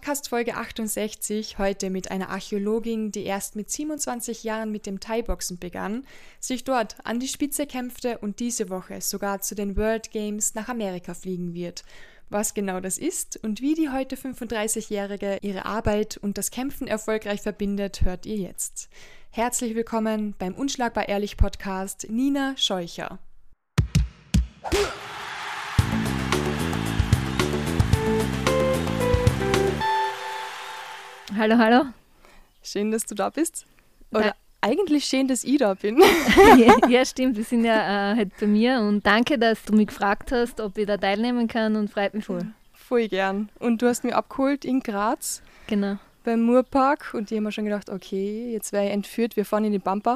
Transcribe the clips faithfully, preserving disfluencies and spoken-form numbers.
Podcast Folge achtundsechzig, heute mit einer Archäologin, die erst mit siebenundzwanzig Jahren mit dem Thai-Boxen begann, sich dort an die Spitze kämpfte und diese Woche sogar zu den World Games nach Amerika fliegen wird. Was genau das ist und wie die heute fünfunddreißigjährige ihre Arbeit und das Kämpfen erfolgreich verbindet, hört ihr jetzt. Herzlich willkommen beim Unschlagbar Ehrlich Podcast, Nina Scheucher. Hallo, hallo. Schön, dass du da bist. Oder ja. Eigentlich schön, dass ich da bin. ja, ja, stimmt. Wir sind ja äh, halt bei mir und danke, dass du mich gefragt hast, ob ich da teilnehmen kann und freut mich voll. Voll gern. Und du hast mich abgeholt in Graz. Genau. Beim Murpark und ich habe mir schon gedacht, okay, jetzt werde ich entführt, wir fahren in die Pampa.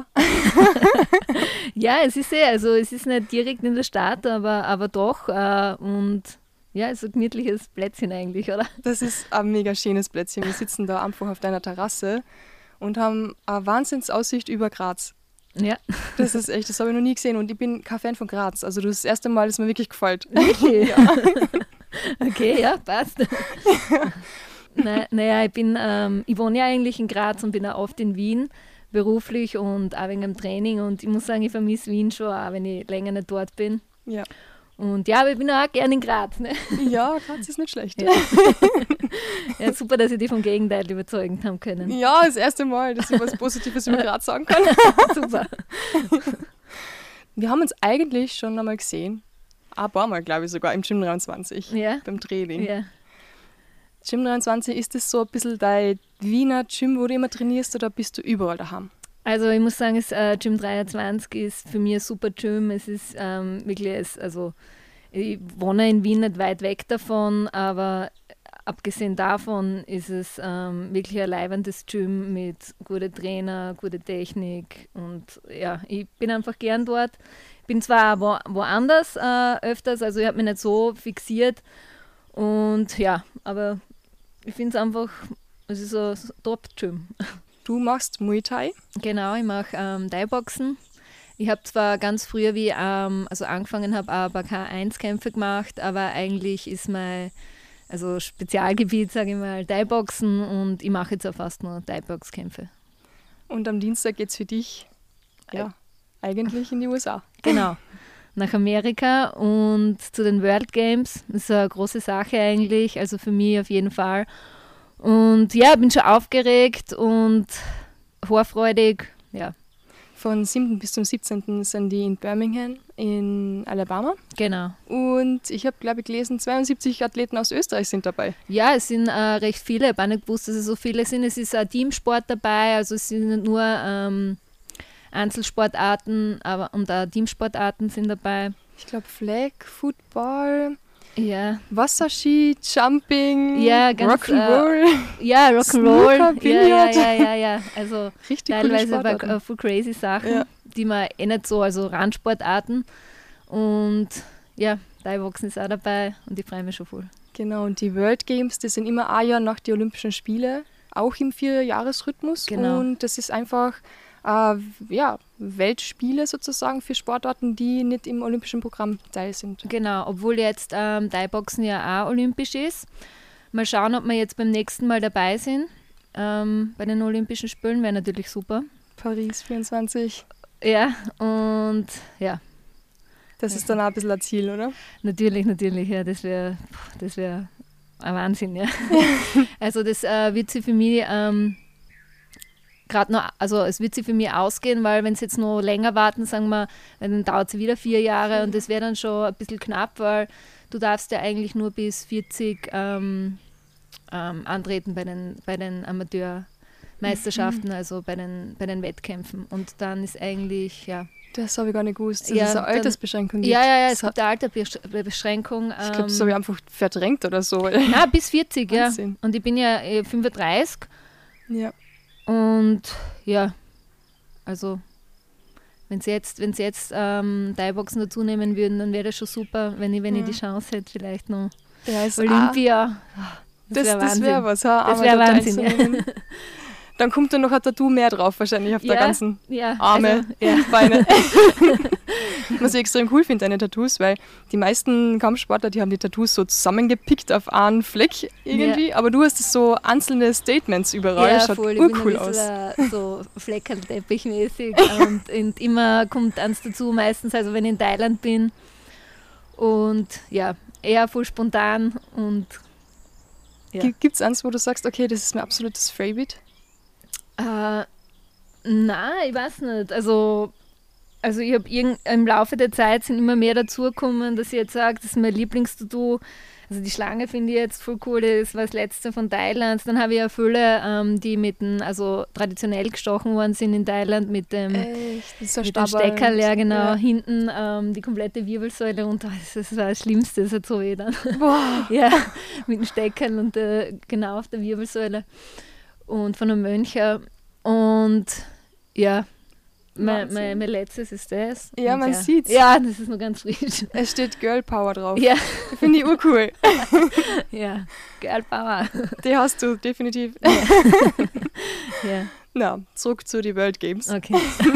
Ja, es ist eh, also es ist nicht direkt in der Stadt, aber, aber doch äh, und ja, so ein gemütliches Plätzchen eigentlich, oder? Das ist ein mega schönes Plätzchen. Wir sitzen da einfach auf deiner Terrasse und haben eine Wahnsinnsaussicht über Graz. Ja. Das ist echt, das habe ich noch nie gesehen und ich bin kein Fan von Graz. Also das ist das erste Mal, dass mir wirklich gefällt. Wirklich? Ja. Okay, ja, passt. Ja. Na, naja, ich bin, ähm, ich wohne ja eigentlich in Graz und bin auch oft in Wien, beruflich und auch wegen dem Training. Und ich muss sagen, ich vermisse Wien schon, auch wenn ich länger nicht dort bin. Ja. Und ja, aber ich bin auch gerne in Graz. Ne? Ja, Graz ist nicht schlecht. Ja. Ja, super, dass ich dich vom Gegenteil überzeugen haben können. Ja, das erste Mal, dass ich was Positives über Graz sagen kann. Super. Wir haben uns eigentlich schon einmal gesehen. Ein paar Mal, glaube ich, sogar im Gym dreiundzwanzig. Ja. Beim Training. Ja. Gym dreiundzwanzig, ist das so ein bisschen dein Wiener Gym, wo du immer trainierst, oder bist du überall daheim? Also ich muss sagen, das äh, Gym dreiundzwanzig ist für mich ein super Gym. Es ist ähm, wirklich, es, also ich wohne in Wien nicht weit weg davon, aber abgesehen davon ist es ähm, wirklich ein leibendes Gym mit guten Trainer, gute Technik und ja, ich bin einfach gern dort. Ich bin zwar wo, woanders äh, öfters, also ich habe mich nicht so fixiert und ja, aber ich finde es einfach, es ist ein Top-Gym. Du machst Muay Thai? Genau, ich mache ähm, Thai-Boxen. Ich habe zwar ganz früher, wie ich ähm, also angefangen habe, aber K eins Kämpfe gemacht, aber eigentlich ist mein also Spezialgebiet, sage ich mal, Thai-Boxen und ich mache jetzt auch fast nur Thai-Box-Kämpfe. Und am Dienstag geht es für dich ja, eigentlich in die U S A. Genau, nach Amerika und zu den World Games. Das ist eine große Sache eigentlich, also für mich auf jeden Fall. Und ja, bin schon aufgeregt und vorfreudig, ja. Von siebten bis zum siebzehnten sind die in Birmingham in Alabama. Genau. Und ich habe, glaube ich, gelesen, zweiundsiebzig Athleten aus Österreich sind dabei. Ja, es sind äh, recht viele. Ich habe auch nicht gewusst, dass es so viele sind. Es ist ein Teamsport dabei, also es sind nicht nur ähm, Einzelsportarten, aber und auch Teamsportarten sind dabei. Ich glaube Flag, Football, ja. Wasserski, Jumping, ja, ganz, Rock'n'Roll. Äh, ja, Rock'n'Roll. Ja, ja, ja, ja, ja. Also richtig teilweise coole bei, uh, voll crazy Sachen, ja. Die man eh nicht so, also Randsportarten. Und ja, Thai-Boxen ist auch dabei und ich freue mich schon voll. Genau, und die World Games, das sind immer ein Jahr nach den Olympischen Spielen, auch im Vierjahresrhythmus. Genau. Und das ist einfach äh, ja, Weltspiele sozusagen für Sportarten, die nicht im olympischen Programm teil sind. Genau, obwohl jetzt ähm, Thai-Boxen ja auch olympisch ist. Mal schauen, ob wir jetzt beim nächsten Mal dabei sind. Ähm, bei den Olympischen Spielen wäre natürlich super. Paris vierundzwanzig. Ja, und ja. Das ist dann auch ein bisschen ein Ziel, oder? Natürlich, natürlich, ja, das wäre das wär ein Wahnsinn, ja. Also das äh, wird sich für mich ähm, gerade noch, also es wird sich für mich ausgehen, weil wenn es jetzt noch länger warten, sagen wir, dann dauert es wieder vier Jahre und das wäre dann schon ein bisschen knapp, weil du darfst ja eigentlich nur bis vierzig ähm, ähm, antreten bei den, bei den Amateurmeisterschaften, mhm. also bei den, bei den Wettkämpfen und dann ist eigentlich, ja. Das habe ich gar nicht gewusst, dass ja, es eine Altersbeschränkung gibt. Ja, ja, ja, es gibt eine Altersbeschränkung. Ich glaube, das habe ich einfach verdrängt oder so. Nein, bis vierzig, Wahnsinn. Ja. Und ich bin ja fünfunddreißig. Ja. Und ja, also wenn sie jetzt, wenn sie jetzt ähm, Thai-Boxen dazu nehmen würden, dann wäre das schon super, wenn ich, wenn ja. ich die Chance hätte, vielleicht noch ja, Olympia. Das, das wäre wär was, ha? Das wäre Wahnsinn, ja. Dann kommt da noch ein Tattoo mehr drauf, wahrscheinlich auf ja, der ganzen ja, Arme, also, ja. Beine. Was ich extrem cool finde, deine Tattoos, weil die meisten Kampfsportler, die haben die Tattoos so zusammengepickt auf einen Fleck irgendwie, ja. aber du hast so einzelne Statements überall, ja, schaut voll. urcool Ich bin aus. ein so Fleckerlteppichmäßig und, und immer kommt eins dazu, meistens, also wenn ich in Thailand bin und ja, eher voll spontan und ja. Gibt es eins, wo du sagst, okay, das ist mein absolutes Favorite? Äh, nein, ich weiß nicht. Also, also ich habe im Laufe der Zeit sind immer mehr dazugekommen, dass ich jetzt sage, das ist mein Lieblingstattoo. Also die Schlange finde ich jetzt voll cool, das war das letzte von Thailand. Dann habe ich ja viele, ähm, die mit dem, also traditionell gestochen worden sind in Thailand mit dem, Echt? mit dem Steckerl, ja genau, ja. hinten ähm, die komplette Wirbelsäule und oh, das war das Schlimmste, das hat so weh dann. Boah. Ja, mit dem Steckerl und äh, genau auf der Wirbelsäule und von einem Möncher und ja, Mein, mein, mein letztes ist das. Ja, und man ja. sieht's. Ja, das ist noch ganz frisch. Es steht Girl Power drauf. Ja. Finde ich urcool. Ja, Girl Power. Die hast du definitiv. Ja. Ja. Na, zurück zu den World Games. Okay.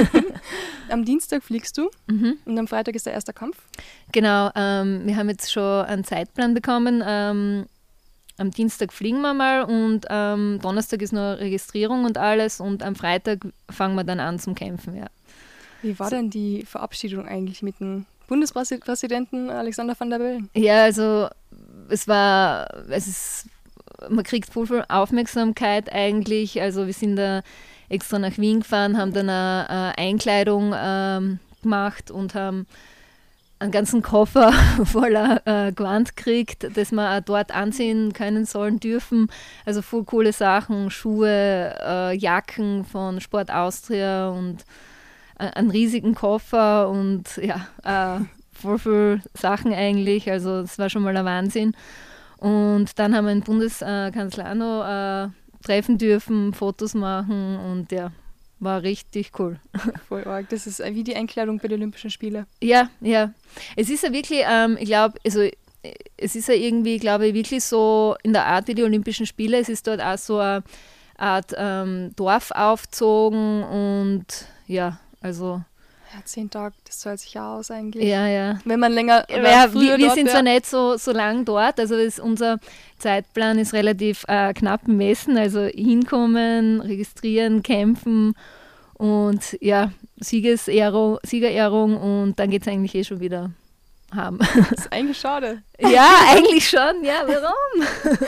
Am Dienstag fliegst du Mhm. und am Freitag ist der erste Kampf. Genau, ähm, wir haben jetzt schon einen Zeitplan bekommen. Ähm, am Dienstag fliegen wir mal und am Donnerstag ist noch Registrierung und alles und am Freitag fangen wir dann an zum Kämpfen, ja. Wie war so. denn die Verabschiedung eigentlich mit dem Bundespräsidenten Alexander Van der Bellen? Ja, also es war, es ist, man kriegt voll viel Aufmerksamkeit eigentlich. Also wir sind da extra nach Wien gefahren, haben dann eine, eine Einkleidung ähm, gemacht und haben einen ganzen Koffer voller äh, Gewand gekriegt, das wir auch dort ansehen können sollen dürfen. Also voll coole Sachen, Schuhe, äh, Jacken von Sport Austria und äh, einen riesigen Koffer und ja, äh, voll viele Sachen eigentlich. Also das war schon mal ein Wahnsinn. Und dann haben wir den Bundeskanzler auch noch äh, treffen dürfen, Fotos machen und ja, war richtig cool. Voll arg. Das ist wie die Einkleidung bei den Olympischen Spielen. Ja, ja. Es ist ja wirklich, ähm, ich glaube, also es ist ja irgendwie, glaube ich, wirklich so in der Art wie die Olympischen Spiele. Es ist dort auch so eine Art ähm, Dorf aufgezogen und ja, also. Ja, zehn Tage, das zahlt sich ja aus eigentlich. Ja, ja. Wenn man länger. Ja, wir wir sind zwar nicht so, so lang dort, also das, unser Zeitplan ist relativ äh, knapp bemessen, also hinkommen, registrieren, kämpfen und ja, Siegesehrung, Siegerehrung und dann geht es eigentlich eh schon wieder heim. Das ist eigentlich schade. Ja, eigentlich schon, ja, warum?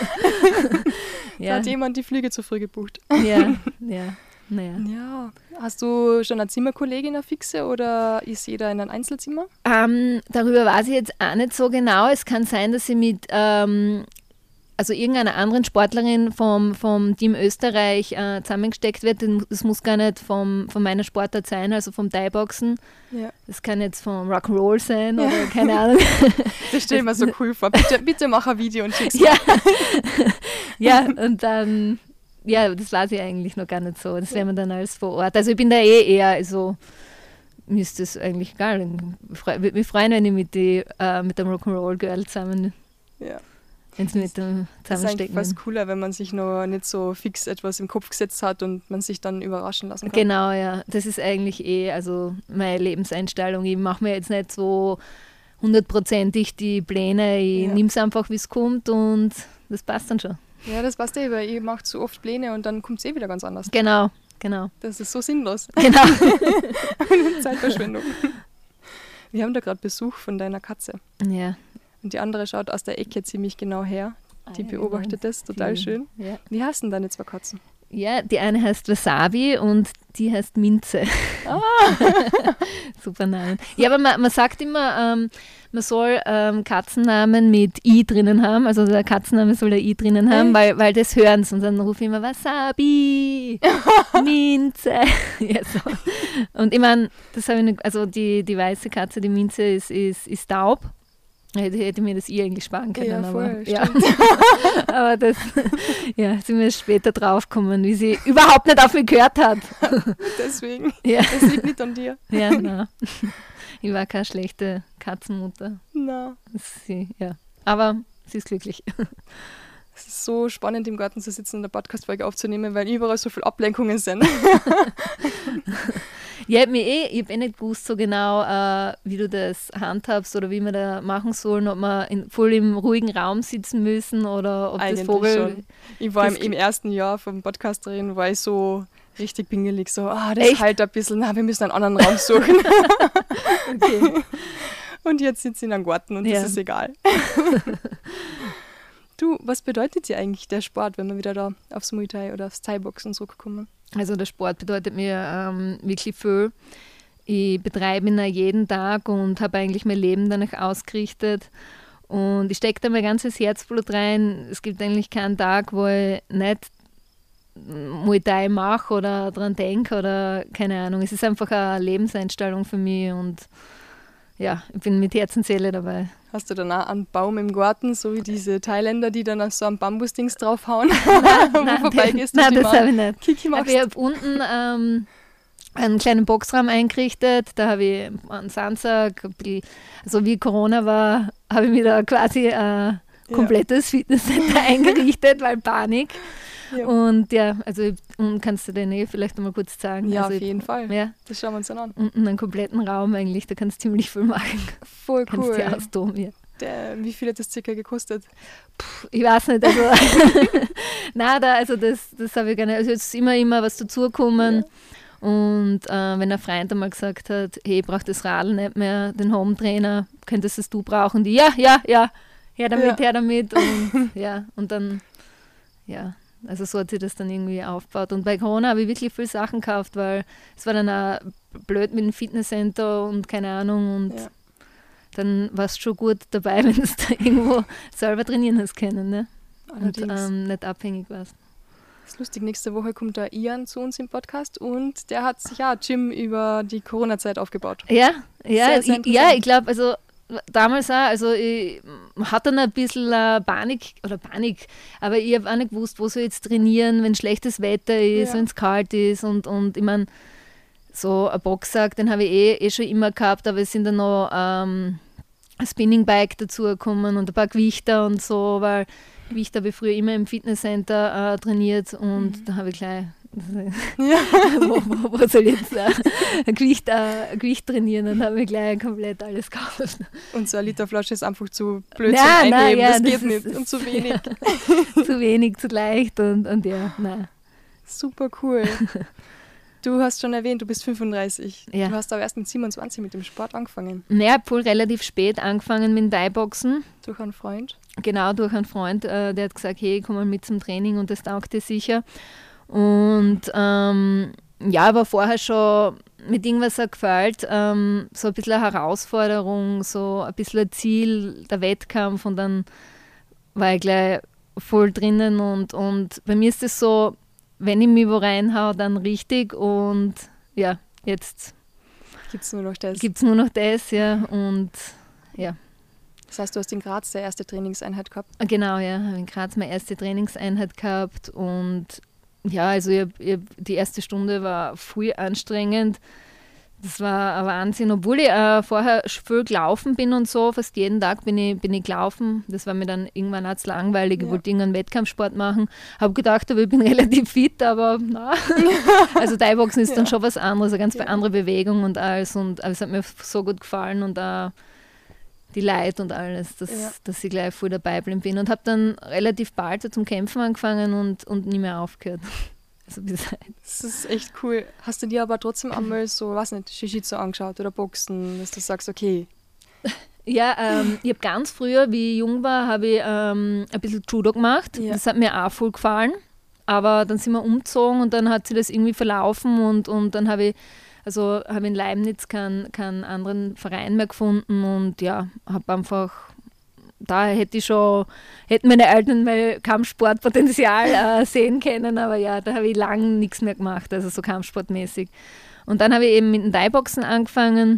Ja. Hat jemand die Flüge zu früh gebucht. Ja, ja. Naja. Ja. Hast du schon eine Zimmerkollegin, eine fixe, oder ist jeder in einem Einzelzimmer? Ähm, darüber weiß ich jetzt auch nicht so genau. Es kann sein, dass sie mit ähm, also irgendeiner anderen Sportlerin vom, vom Team Österreich äh, zusammengesteckt wird. Das muss gar nicht vom, von meiner Sportart sein, also vom Thai-Boxen. Ja. Das kann jetzt vom Rock'n'Roll sein oder ja. keine Ahnung. Das stelle ich mir so cool vor. Bitte, bitte mach ein Video und schick's mir. Ja. Ja, und dann ja, das weiß ich eigentlich noch gar nicht so. Das werden wir dann alles vor Ort. Also ich bin da eh eher so, mir ist das eigentlich egal. Ich würde mich freuen, wenn ich mit, die, äh, mit dem Rock'n'Roll Girl zusammen, ja. wenn sie mit dem zusammenstecken. Das ist eigentlich fast cooler, wenn man sich noch nicht so fix etwas im Kopf gesetzt hat und man sich dann überraschen lassen kann. Genau, ja. Das ist eigentlich eh also meine Lebenseinstellung. Ich mache mir jetzt nicht so hundertprozentig die Pläne. Ich ja. nehme es einfach, wie es kommt und das passt dann schon. Ja, das passt eh, weil ihr macht so oft Pläne und dann kommt es eh wieder ganz anders. Genau, genau. Das ist so sinnlos. Genau. Zeitverschwendung. Wir haben da gerade Besuch von deiner Katze. Ja. Und die andere schaut aus der Ecke ziemlich genau her. Die ah, ja, beobachtet genau. das, total schön. Ja. Wie heißen deine zwei Katzen? Ja, die eine heißt Wasabi und die heißt Minze. Ah. Super Name. Ja, aber man, man sagt immer, ähm, man soll ähm, Katzennamen mit I drinnen haben, also der Katzenname soll der I drinnen haben, äh? weil, weil das hören sie und dann rufe ich immer Wasabi, Minze. Ja, so. Und ich meine, das habe ich nicht, also die, die weiße Katze, die Minze, ist, ist, ist taub. Hätte, hätte mir das I eigentlich sparen können. Ja, voll, aber, ja. Aber das ja, sind wir später draufgekommen, wie sie überhaupt nicht auf mich gehört hat. Deswegen. Ja. Das liegt nicht an dir. Ja, nein. Ich war keine schlechte Katzenmutter. Na. Sie, ja. Aber sie ist glücklich. Es ist so spannend, im Garten zu sitzen und eine Podcast-Folge aufzunehmen, weil überall so viele Ablenkungen sind. Ja, ich habe eh, ich hab eh nicht gewusst so genau, äh, wie du das handhabst oder wie wir da machen sollen, ob wir in, voll im ruhigen Raum sitzen müssen oder ob Eigentlich das Vogel... schon. Ich war im, im ersten Jahr vom Podcasterin, war ich so richtig pingelig, so, ah, das Echt? halt ein bisschen, na, wir müssen einen anderen Raum suchen. Okay. Und jetzt sitze ich in einem Garten und Ja. das ist egal. Du, was bedeutet dir eigentlich der Sport, wenn wir wieder da aufs Muay Thai oder aufs Thai-Boxen zurückkommen? Also der Sport bedeutet mir ähm, wirklich viel. Ich betreibe ihn auch jeden Tag und habe eigentlich mein Leben danach ausgerichtet. Und ich stecke da mein ganzes Herzblut rein. Es gibt eigentlich keinen Tag, wo ich nicht Muay Thai mache oder dran denke oder keine Ahnung. Es ist einfach eine Lebenseinstellung für mich und ja, ich bin mit Herz und Seele dabei. Hast du dann auch einen Baum im Garten, so wie diese Thailänder, die dann auf so einen Bambusdings draufhauen, wo du vorbeigehst? Nein, und das die habe ich nicht. Kiki Aber machst? ich habe unten ähm, einen kleinen Boxraum eingerichtet. Da habe ich einen Sandsack, ein bisschen- also wie Corona war, habe ich mir da quasi ein komplettes Fitnesscenter eingerichtet, weil Panik. Ja. Und ja, also ich- und kannst du den eh vielleicht noch mal kurz sagen? Ja, also auf jeden Fall. Ja, Das schauen wir uns dann an. unten einen kompletten Raum eigentlich, da kannst du ziemlich viel machen. Voll Kannst cool. dir austoben, ja. Der, wie viel hat das circa gekostet? Ich weiß nicht, also nein, da, also das, das habe ich gar nicht. Also es ist immer, immer was dazugekommen. Und äh, wenn ein Freund einmal gesagt hat, hey, ich brauche das Radl nicht mehr, den Home-Trainer, könntest es du brauchen? Die, ja, ja, ja, her damit, Ja. her damit. Und ja, und dann, ja, also so hat sich das dann irgendwie aufgebaut. Und bei Corona habe ich wirklich viele Sachen gekauft, weil es war dann auch blöd mit dem Fitnesscenter und keine Ahnung. Und Ja. dann warst du schon gut dabei, wenn du es da irgendwo selber trainieren hast können, ne? Und Allerdings. ähm, nicht abhängig warst. Das ist lustig, nächste Woche kommt da Ian zu uns im Podcast und der hat sich ja Gym über die Corona-Zeit aufgebaut. Ja, ja, Sehr, sehr ich, ja, interessant. ich glaube, also damals auch, also ich hatte dann ein bisschen äh, Panik, oder Panik, aber ich habe auch nicht gewusst, wo soll ich jetzt trainieren, wenn schlechtes Wetter ist, Ja. wenn es kalt ist und, und ich meine, so ein Boxsack, den habe ich eh, eh schon immer gehabt, aber es sind dann noch ähm, ein Spinningbike dazugekommen und ein paar Gewichter und so, weil Gewicht habe ich früher immer im Fitnesscenter äh, trainiert und Mhm. da habe ich gleich, Ja. wo, wo, wo soll ich jetzt äh, ein, Gewicht, äh, ein Gewicht trainieren? Dann habe ich gleich komplett alles gekauft. Und so eine Literflasche ist einfach zu blöd Ja, zum nein, Einnehmen. ja, das das geht ist- nicht. Und zu wenig. Ja, zu wenig, zu leicht und, und ja, nein. Super cool. Du hast schon erwähnt, du bist fünfunddreißig. Ja. Du hast aber erst mit siebenundzwanzig mit dem Sport angefangen. Naja, ich habe wohl relativ spät angefangen mit dem Thai-Boxen. Durch einen Freund. Genau, durch einen Freund, äh, der hat gesagt, hey, komm mal mit zum Training und das taugt dir sicher. Und ähm, ja, aber vorher schon mit irgendwas auch gefällt, ähm, so ein bisschen eine Herausforderung, so ein bisschen ein Ziel, der Wettkampf und dann war ich gleich voll drinnen und, und bei mir ist es so, wenn ich mich wo reinhau, dann richtig und ja, jetzt Gibt es nur noch das. gibt es nur noch das, ja, und ja. Das heißt, du hast in Graz der erste Trainingseinheit gehabt. Genau, ja, habe in Graz meine erste Trainingseinheit gehabt und ja, also ich hab, ich hab, die erste Stunde war voll anstrengend. Das war ein Wahnsinn, obwohl ich äh, vorher sch- viel gelaufen bin und so, fast jeden Tag bin ich, bin ich gelaufen. Das war mir dann irgendwann auch zu langweilig, ich Ja. wollte irgendeinen Wettkampfsport machen. Habe gedacht, aber ich bin relativ fit, aber na. Also Thai-Boxen ist dann Ja. schon was anderes, eine ganz Ja. andere Bewegung und alles. Und aber es hat mir so gut gefallen und auch die Leute und alles, dass, Ja. dass ich gleich voll dabei bleiben bin. Und habe dann relativ bald zum Kämpfen angefangen und, und nie mehr aufgehört. Also bis heute. Das ist echt cool. Hast du dir aber trotzdem einmal so, weiß nicht, Jiu-Jitsu angeschaut oder Boxen, dass du sagst, okay, Ja, ähm, ich habe ganz früher, wie ich jung war, habe ich ähm, ein bisschen Judo gemacht. Ja. Das hat mir auch voll gefallen. Aber dann sind wir umgezogen und dann hat sich das irgendwie verlaufen und, und dann habe ich, also habe in Leibniz keinen, keinen anderen Verein mehr gefunden und ja, habe einfach, da hätte ich schon, hätten meine Eltern mein Kampfsportpotenzial äh, sehen können, aber ja, da habe ich lange nichts mehr gemacht, also so kampfsportmäßig. Und dann habe ich eben mit dem Thai-Boxen angefangen.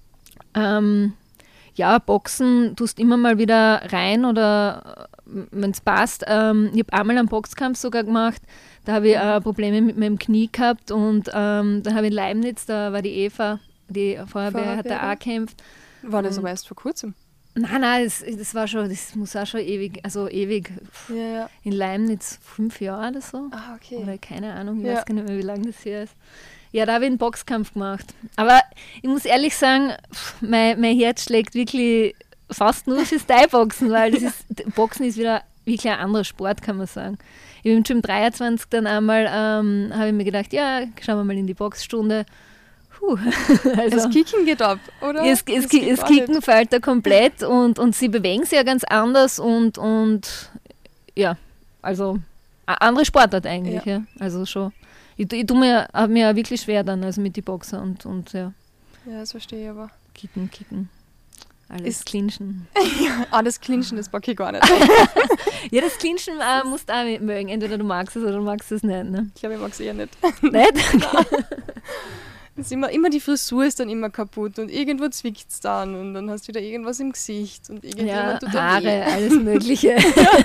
Ähm, ja, Boxen tust immer mal wieder rein oder wenn es passt. Ähm, ich habe einmal einen Boxkampf sogar gemacht, da habe ich äh, Probleme mit meinem Knie gehabt und ähm, dann habe ich in Leibniz, da war die Eva, die Feuerwehr, hat da Feuerwehr. auch gekämpft. war das Und- aber erst vor kurzem? Nein, nein, das, das war schon, das muss auch schon ewig, also ewig, Ja, ja. in Leimnitz fünf Jahre oder so. Ah, okay. Oder keine Ahnung, ich Ja. weiß gar nicht mehr, wie lange das her ist. Ja, da habe ich einen Boxkampf gemacht. Aber ich muss ehrlich sagen, pff, mein, mein Herz schlägt wirklich fast nur fürs Thai-Boxen, weil das ist, Boxen ist wieder wirklich ein anderer Sport, kann man sagen. Ich habe im Gym dreiundzwanzig dann einmal, ähm, habe ich mir gedacht, ja, schauen wir mal in die Boxstunde. Puh. Also, Das Kicken geht ab, oder? es, es, Das geht es gar Kicken nicht. fällt da komplett und, und sie bewegen sich ja ganz anders und, und ja, also eine andere Sportart eigentlich, ja. Ja. Also schon. Ich, ich tue mir, hab mir ja wirklich schwer dann, also mit die Boxer und, und ja, Ja, das verstehe ich aber. kicken, kicken. Alles Ist- clinchen. Ah, das Clinchen, das mag ich gar nicht. Ja, das Clinchen äh, musst du auch mit mögen. Entweder du magst es oder du magst es nicht. Ne? Ich glaube, ich mag es eher nicht. Nicht? Das ist immer, immer die Frisur ist dann immer kaputt und irgendwo zwickt es dann und dann hast du wieder irgendwas im Gesicht und Ja, irgendjemand tut da Haare, weh. alles Mögliche.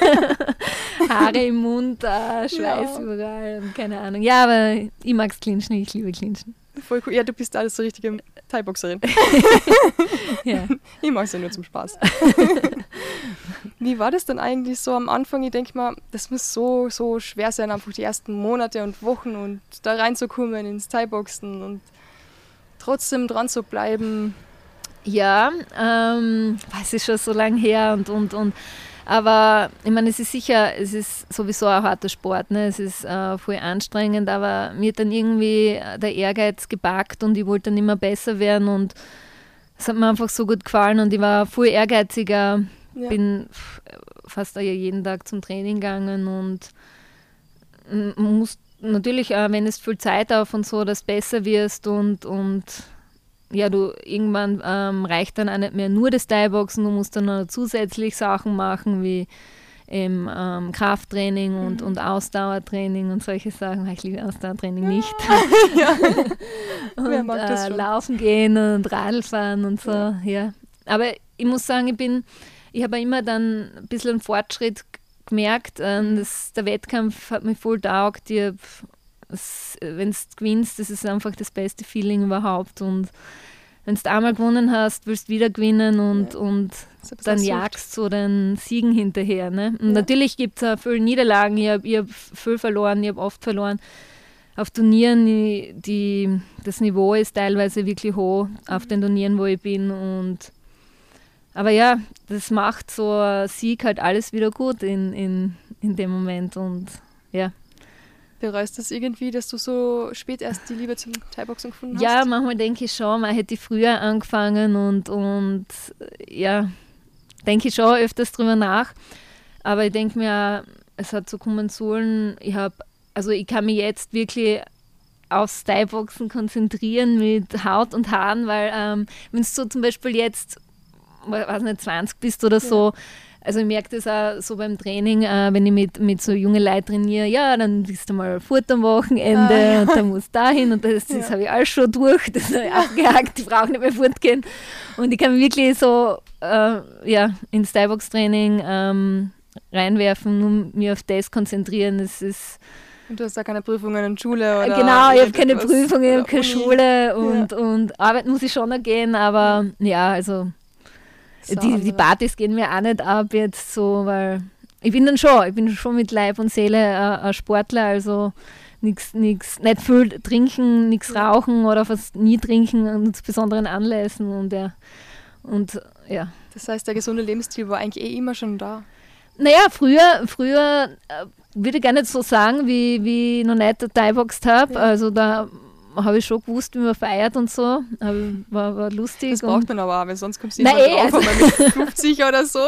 Haare im Mund, äh, Schweiß Ja. überall, und keine Ahnung. Ja, aber ich mag es clinchen, ich liebe clinchen. Voll cool. Ja, du bist alles so richtige Thai-Boxerin. Ja. Ich mache es ja nur zum Spaß. Wie war das dann eigentlich so am Anfang? Ich denke mal, das muss so, so schwer sein, einfach die ersten Monate und Wochen und da reinzukommen ins Thai-Boxen und trotzdem dran zu bleiben. Ja, ähm, es ist schon so lange her und, und, und aber ich meine, es ist sicher, es ist sowieso ein harter Sport, ne? Es ist äh, voll anstrengend, aber mir hat dann irgendwie der Ehrgeiz gepackt und ich wollte dann immer besser werden und es hat mir einfach so gut gefallen und ich war voll ehrgeiziger, Ja. bin f- fast auch jeden Tag zum Training gegangen und m- musst natürlich, auch, wenn es viel Zeit auf und so, dass du besser wirst und, und ja, du irgendwann ähm, reicht dann auch nicht mehr nur das Thai-Boxen, du musst dann noch zusätzlich Sachen machen wie ähm, ähm, Krafttraining und, Mhm. und Ausdauertraining und solche Sachen. Ich liebe Ausdauertraining nicht. Ja. und Wer mag das äh, schon? Laufen gehen und Radl fahren und so, ja. ja. Aber ich muss sagen, ich bin, ich habe immer dann ein bisschen einen Fortschritt g- gemerkt. Ähm, das, der Wettkampf hat mich voll taugt. Wenn du gewinnst, das ist einfach das beste Feeling überhaupt. Und wenn du einmal gewonnen hast, willst du wieder gewinnen und, Ja. und Das ist ein bisschen dann Sucht. jagst du den Siegen hinterher. Ne? Und Ja. natürlich gibt es auch viele Niederlagen. Ich habe ich hab viel verloren, ich habe oft verloren. Auf Turnieren, die, die, das Niveau ist teilweise wirklich hoch auf den Turnieren, wo ich bin. Und, aber ja, das macht so ein Sieg halt alles wieder gut in, in, in dem Moment. Und ja. Bereust das irgendwie, dass du so spät erst die Liebe zum Thai-Boxen gefunden hast? Ja, manchmal denke ich schon, man hätte früher angefangen und, und äh, ja, denke ich schon öfters drüber nach. Aber ich denke mir, es hat so kommen sollen, ich habe, also ich kann mich jetzt wirklich aufs Thai-Boxen konzentrieren mit Haut und Haaren, weil ähm, wenn du so zum Beispiel jetzt, weiß nicht, zwanzig bist oder so, also ich merke das auch so beim Training, äh, wenn ich mit, mit so jungen Leuten trainiere, ja, dann bist du mal fort am Wochenende Ah, ja. und dann musst du dahin und das, das Ja. habe ich alles schon durch, das habe ich abgehakt, ich brauche nicht mehr fortgehen. Und ich kann mich wirklich so äh, ja, ins Thai-Box-Training ähm, reinwerfen, nur mir auf das konzentrieren. Das ist Und du hast da keine Prüfungen in Schule oder genau, ich habe keine irgendetwas Prüfungen, ich oder habe keine Uni. Schule und, und arbeiten muss ich schon noch gehen, aber ja, also So die, die andere. Partys gehen mir auch nicht ab jetzt so, weil ich bin dann schon, ich bin schon mit Leib und Seele äh, ein Sportler, also nichts, nichts, nicht viel trinken, nichts Ja. rauchen oder fast nie trinken und zu besonderen Anlässen und ja, und ja. Das heißt, der gesunde Lebensstil war eigentlich eh immer schon da. Naja, früher, früher äh, würde ich gar nicht so sagen, wie, wie ich noch nicht Thai-Boxt habe, Ja. also da habe ich schon gewusst, wie man feiert und so, aber war, war lustig. Das und braucht man aber auch, weil sonst kommst du Na, nicht eh, drauf, also- aber mit fünfzig oder so.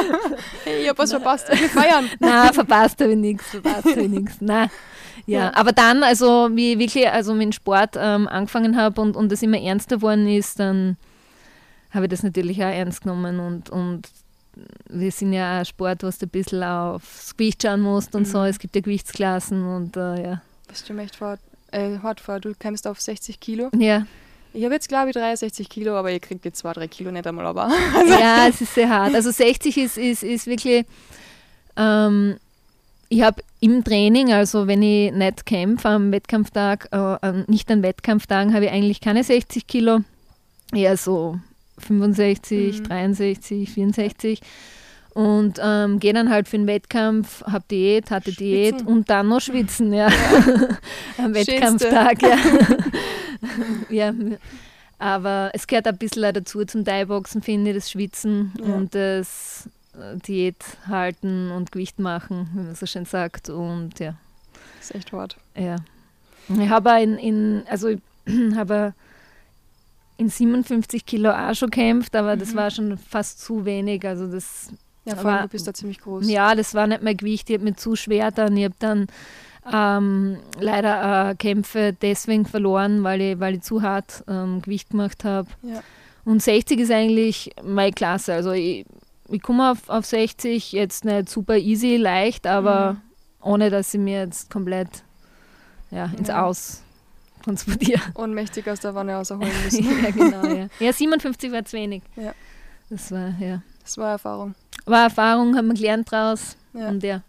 Hey, ich hab was verpasst, wir feiern. Nein, verpasst habe ich nichts, verpasst habe ich nichts. Nein. Ja, Ja. aber dann, also wie ich wirklich also mit dem Sport ähm, angefangen habe und, und das immer ernster geworden ist, dann habe ich das natürlich auch ernst genommen und, und wir sind ja auch ein Sport, wo du ein bisschen aufs Gewicht schauen musst und Mhm. so. Es gibt ja Gewichtsklassen und äh, ja. Das stimmt echt vor, äh, hart vor. Du kämst auf sechzig Kilo. Ja. Ich habe jetzt, glaube ich, dreiundsechzig Kilo, aber ihr kriegt jetzt zwei, drei Kilo nicht einmal, aber Ja, es ist sehr hart. Also sechzig ist, ist, ist wirklich, ähm, ich habe im Training, also wenn ich nicht kämpfe am Wettkampftag, äh, an- nicht an Wettkampftagen, habe ich eigentlich keine sechzig Kilo, eher so fünfundsechzig, Mhm. dreiundsechzig, vierundsechzig und ähm, gehe dann halt für den Wettkampf, habe Diät, hatte Diät Schwitzen. und dann noch schwitzen, ja. Am Schönste. Wettkampftag, ja. ja. Aber es gehört ein bisschen auch dazu zum Thai-Boxen, finde ich, das Schwitzen Ja. und das äh, Diät halten und Gewicht machen, wie man so schön sagt. Und ja, Das ist echt hart. ja. Ich habe auch in, in, also ich habe in siebenundfünfzig Kilo auch schon gekämpft, aber das Mhm. war schon fast zu wenig. Also das, Ja, vor allem, Aber- du bist da ziemlich groß. ja, das war nicht mein Gewicht. Ich habe mich zu schwer dann. Ich habe dann ähm, leider äh, Kämpfe deswegen verloren, weil ich, weil ich zu hart ähm, Gewicht gemacht habe. Ja. Und sechzig ist eigentlich meine Klasse. Also ich, ich komme auf, auf sechzig, jetzt nicht super easy, leicht, aber Mhm. ohne, dass ich mir jetzt komplett ja, ins Ja. Aus transportiere. Ohnmächtig aus der Wanne rausholen müssen. ja, genau. Ja. ja, siebenundfünfzig war zu wenig. Ja. Das war, ja. Das war Erfahrung. War Erfahrung, haben wir gelernt draus. Ja. Und ja.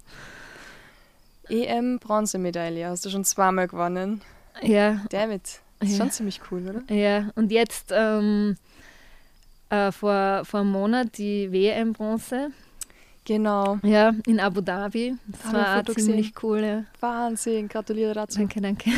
E M-Bronzemedaille hast du schon zweimal gewonnen. Ja, David, das ist Ja. schon ziemlich cool, oder? ja. Und jetzt ähm, äh, vor, vor einem Monat die W M-Bronze. Genau. Ja, in Abu Dhabi. Das Haben wir war ein auch Foto ziemlich cool. Ja. Wahnsinn, gratuliere dazu. Danke, danke.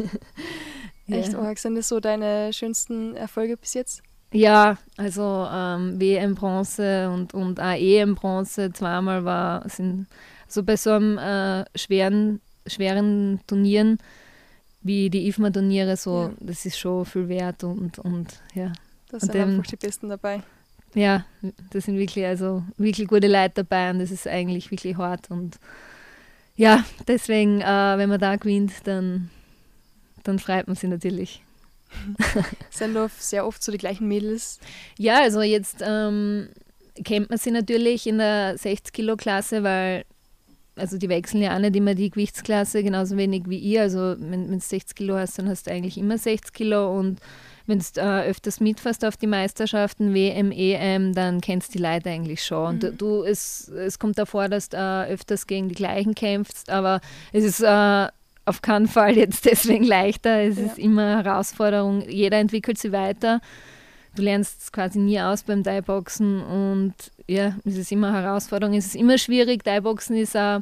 Echt ja. arg. Sind das so deine schönsten Erfolge bis jetzt? Ja, also ähm, W M-Bronze und, und auch E M-Bronze zweimal war, sind so bei so einem äh, schweren, schweren Turnieren wie die I F M A-Turniere, so, Ja. das ist schon viel wert und, und ja. Da Und sind dem- einfach die Besten dabei. Ja, da sind wirklich, also wirklich gute Leute dabei und das ist eigentlich wirklich hart und ja, deswegen, äh, wenn man da gewinnt, dann, dann freut man sich natürlich. Sind doch sehr oft so die gleichen Mädels. Ja, also jetzt ähm, kennt man sie natürlich in der sechzig-Kilo-Klasse, weil also die wechseln ja auch nicht immer die Gewichtsklasse, genauso wenig wie ich. Also wenn du sechzig Kilo hast, dann hast du eigentlich immer sechzig Kilo und wenn du äh, öfters mitfährst auf die Meisterschaften, W M, E M, dann kennst du die Leute eigentlich schon. Und Mhm. du, es, es kommt davor, dass du äh, öfters gegen die gleichen kämpfst, aber es ist äh, auf keinen Fall jetzt deswegen leichter. Es Ja. ist immer eine Herausforderung. Jeder entwickelt sich weiter. Du lernst es quasi nie aus beim Thai-Boxen und ja, es ist immer eine Herausforderung. Es ist immer schwierig. Thai-Boxen ist auch,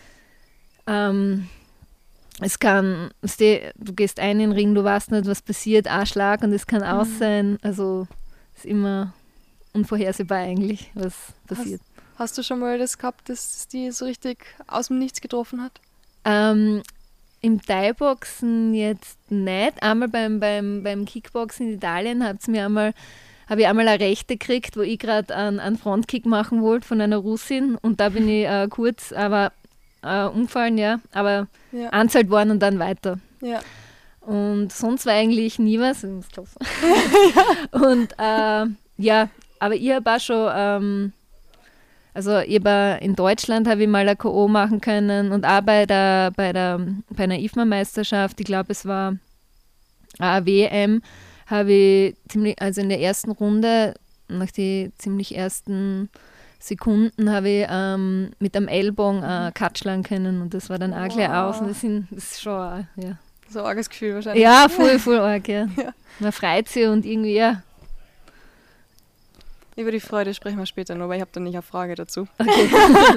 ähm, es kann, weißt du, du gehst ein in den Ring, du weißt nicht, was passiert, ein Schlag und es kann aus Mhm. sein. Also es ist immer unvorhersehbar eigentlich, was passiert. Hast du schon mal das gehabt, dass es die so richtig aus dem Nichts getroffen hat? Ähm, Im Thai-Boxen jetzt nicht. Einmal beim, beim, beim Kickboxen in Italien habt's mir einmal, habe ich einmal eine Rechte gekriegt, wo ich gerade einen, einen Frontkick machen wollte von einer Russin und da bin ich äh, kurz, aber äh, umgefallen, ja, aber Ja. anzahlt worden und dann weiter. Ja. Und sonst war eigentlich nie was. Ich muss los. Und äh, ja, aber ich habe auch schon, ähm, also ich hab auch in Deutschland habe ich mal ein K O machen können und auch bei der, bei der bei einer I F M A-Meisterschaft, ich glaube es war eine W M, habe ich ziemlich, also in der ersten Runde, nach den ziemlich ersten Sekunden habe ich ähm, mit einem Ellbogen äh, Cut schlagen können und das war dann auch gleich Wow. aus und das, sind, das ist schon, auch, ja. So ein arges Gefühl wahrscheinlich. Ja, voll, voll arg, ja. Ja. Man freut sich und irgendwie, ja. Über die Freude sprechen wir später noch, weil ich habe da nicht eine Frage dazu. Okay.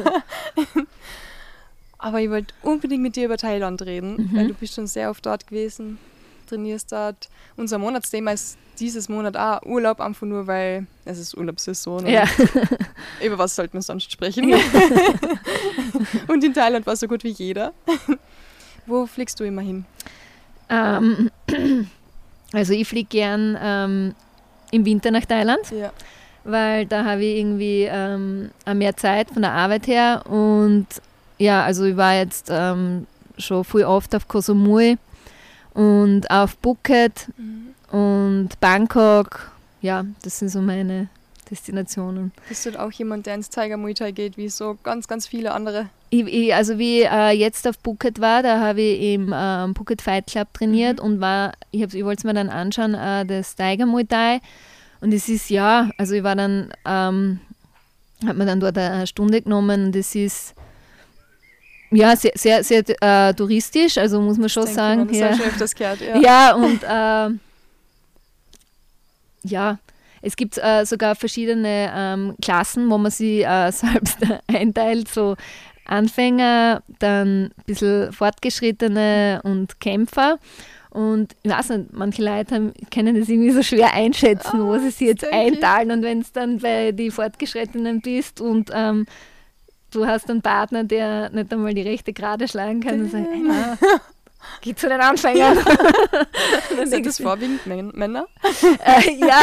Aber ich wollte unbedingt mit dir über Thailand reden, Mhm. weil du bist schon sehr oft dort gewesen, trainierst dort. Unser Monatsthema ist dieses Monat auch Urlaub, einfach nur, weil es ist Urlaubssaison. Und Ja. über was sollten wir sonst sprechen? Und in Thailand war so gut wie jeder. Wo fliegst du immer hin? ähm, also ich fliege gern ähm, im Winter nach Thailand, Ja. weil da habe ich irgendwie ähm, auch mehr Zeit von der Arbeit her und ja, also ich war jetzt ähm, schon viel oft auf Koh Samui und auf Phuket und Bangkok. Ja, das sind so meine Destinationen. Bist du auch jemand, der ins Tiger Muay Thai geht, wie so ganz, ganz viele andere? Ich, ich, also wie ich äh, jetzt auf Phuket war, da habe ich im ähm, Phuket Fight Club trainiert Mhm. und war, ich, hab's- ich wollte es mir dann anschauen, äh, das Tiger Muay Thai. Und es ist, ja, also ich war dann, ähm, hat mir dann dort eine Stunde genommen und es ist, ja, sehr, sehr, sehr äh, touristisch, also muss man schon Denke sagen. man, das ja. habe ich schon öfters gehört. Ja. Ja, und äh, ja, Es gibt äh, sogar verschiedene ähm, Klassen, wo man sie äh, selbst einteilt, so Anfänger, dann ein bisschen Fortgeschrittene und Kämpfer. Und ich weiß nicht, manche Leute haben, können das irgendwie so schwer einschätzen, oh, wo sie sich jetzt einteilen. Und wenn es dann bei den Fortgeschrittenen bist und ähm, du hast einen Partner, der nicht einmal die rechte Gerade schlagen kann, dann sagst du, ah, geh zu den Anfängern. Sind das vorwiegend Männer? Äh, ja.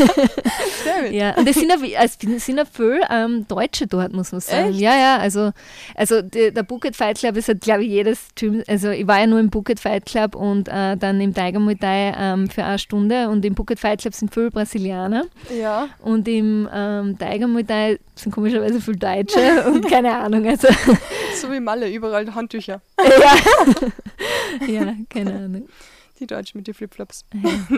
ja. Und es sind ja, es sind ja viele ähm, Deutsche dort, muss man sagen. Echt? Ja, ja, also, also die, der Phuket Fight Club ist halt, glaube ich, jedes Gym, also ich war ja nur im Phuket Fight Club und äh, dann im Tiger Muay Thai ähm, für eine Stunde und im Phuket Fight Club sind viele Brasilianer. Ja. Und im ähm, Tiger Muay Thai sind komischerweise viele Deutsche und keine Ahnung. Also. So wie Malle, überall Handtücher. Ja. Ja, keine Ahnung. Die Deutschen mit den Flipflops. Ja.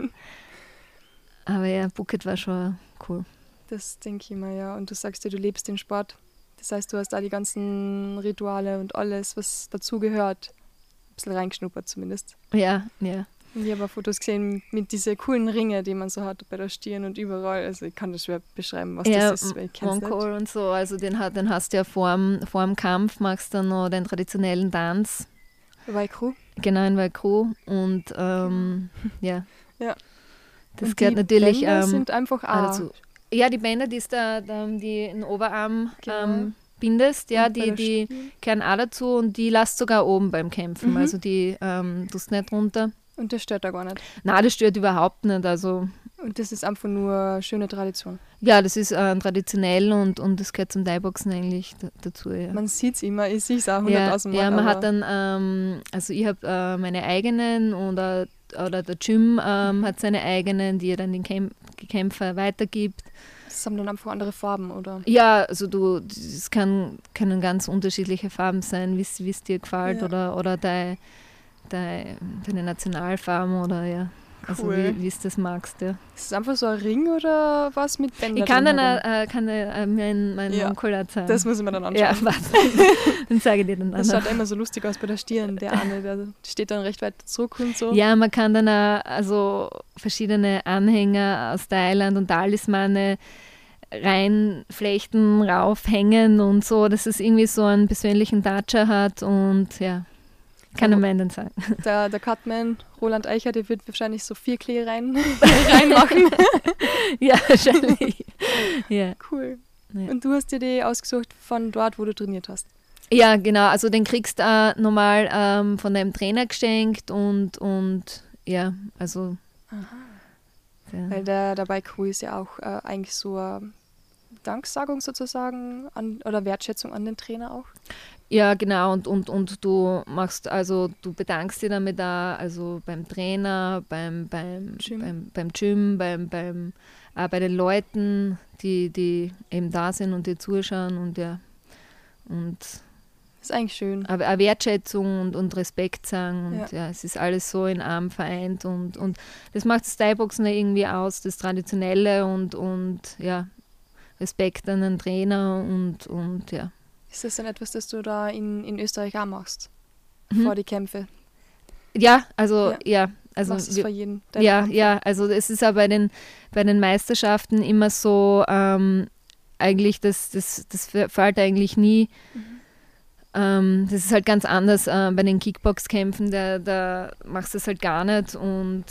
Aber ja, Phuket war schon cool. Das denke ich mal, ja. Und du sagst ja, du lebst den Sport. Das heißt, du hast da die ganzen Rituale und alles, was dazugehört, ein bisschen reingeschnuppert zumindest. Ja, ja. Und ich habe auch Fotos gesehen mit diesen coolen Ringen, die man so hat bei der Stirn und überall. Also ich kann das schwer beschreiben, was ja, das ist, weil ich kenn's nicht. Und so, also den, den hast du ja vor dem, vor dem Kampf, machst du dann noch den traditionellen Tanz. Vaikru. Genau, in Vaikru. Und ähm, ja. ja. Das und gehört die natürlich Bänder ähm, sind einfach auch dazu. Ja, die Bänder, die, ist da, die in den Oberarm genau. ähm, bindest, ja, und die, die gehören auch dazu und die lässt sogar oben beim Kämpfen. Mhm. Also die ähm, tust nicht runter. Und das stört da gar nicht? Nein, das stört überhaupt nicht. Also und das ist einfach nur schöne Tradition? Ja, das ist äh, traditionell und, und das gehört zum Thai-Boxen eigentlich d- dazu. Ja. Man sieht es immer, ich sehe es auch hunderttausend ja, Mal. Ja, man hat dann, ähm, also ich habe äh, meine eigenen oder, oder der Jim ähm, hat seine eigenen, die er dann den Kämp- Kämpfer weitergibt. Das haben dann einfach andere Farben, oder? Ja, also du, es kann, können ganz unterschiedliche Farben sein, wie es dir gefällt ja. oder, oder dein, dein, deine Nationalfarben oder ja. Also cool. wie es das magst, ja. Ist es einfach so ein Ring oder was mit Bändern? Ich kann dann äh, kann, äh, mein, mein ja. Onkel zeigen. Das muss ich mir dann anschauen. Ja, was? Dann sage ich dir dann Das schaut immer so lustig aus bei der Stirn. Der eine, der steht dann recht weit zurück und so. Ja, man kann dann auch also verschiedene Anhänger aus Thailand und Talismane reinflechten, raufhängen und so, dass es irgendwie so einen persönlichen Touch hat und ja. Kann er mir dann sagen. Der, der Cutman, Roland Eicher, der wird wahrscheinlich so vier Klee rein, reinmachen. Ja, wahrscheinlich. Ja. Cool. Ja. Und du hast dir die ausgesucht von dort, wo du trainiert hast? Ja, genau. Also den kriegst du äh, normal ähm, von deinem Trainer geschenkt und, und ja, also. Aha. Ja. Weil der, der Bike-Crew ist ja auch äh, eigentlich so eine Danksagung sozusagen an, oder Wertschätzung an den Trainer auch. Ja, genau, und, und, und du machst, also du bedankst dich damit auch, also beim Trainer, beim, beim Gym, beim, beim, Gym, beim, beim, auch bei den Leuten, die, die eben da sind und dir zuschauen und ja, und das ist eigentlich schön. Aber auch Wertschätzung und, und Respekt sagen und ja. ja, es ist alles so in einem vereint und, und das macht das Thai-Boxen irgendwie aus, das Traditionelle und, und ja, Respekt an den Trainer und, und ja. Ist das dann etwas, das du da in, in Österreich auch machst? Mhm. Vor die Kämpfe? Ja, also ja. ja also machst du es wir, vor jedem? Ja, Kampf? ja, also es ist auch bei den, bei den Meisterschaften immer so, ähm, eigentlich, das, das, das fällt eigentlich nie. Mhm. Ähm, das ist halt ganz anders äh, bei den Kickbox-Kämpfen, da, da machst du es halt gar nicht und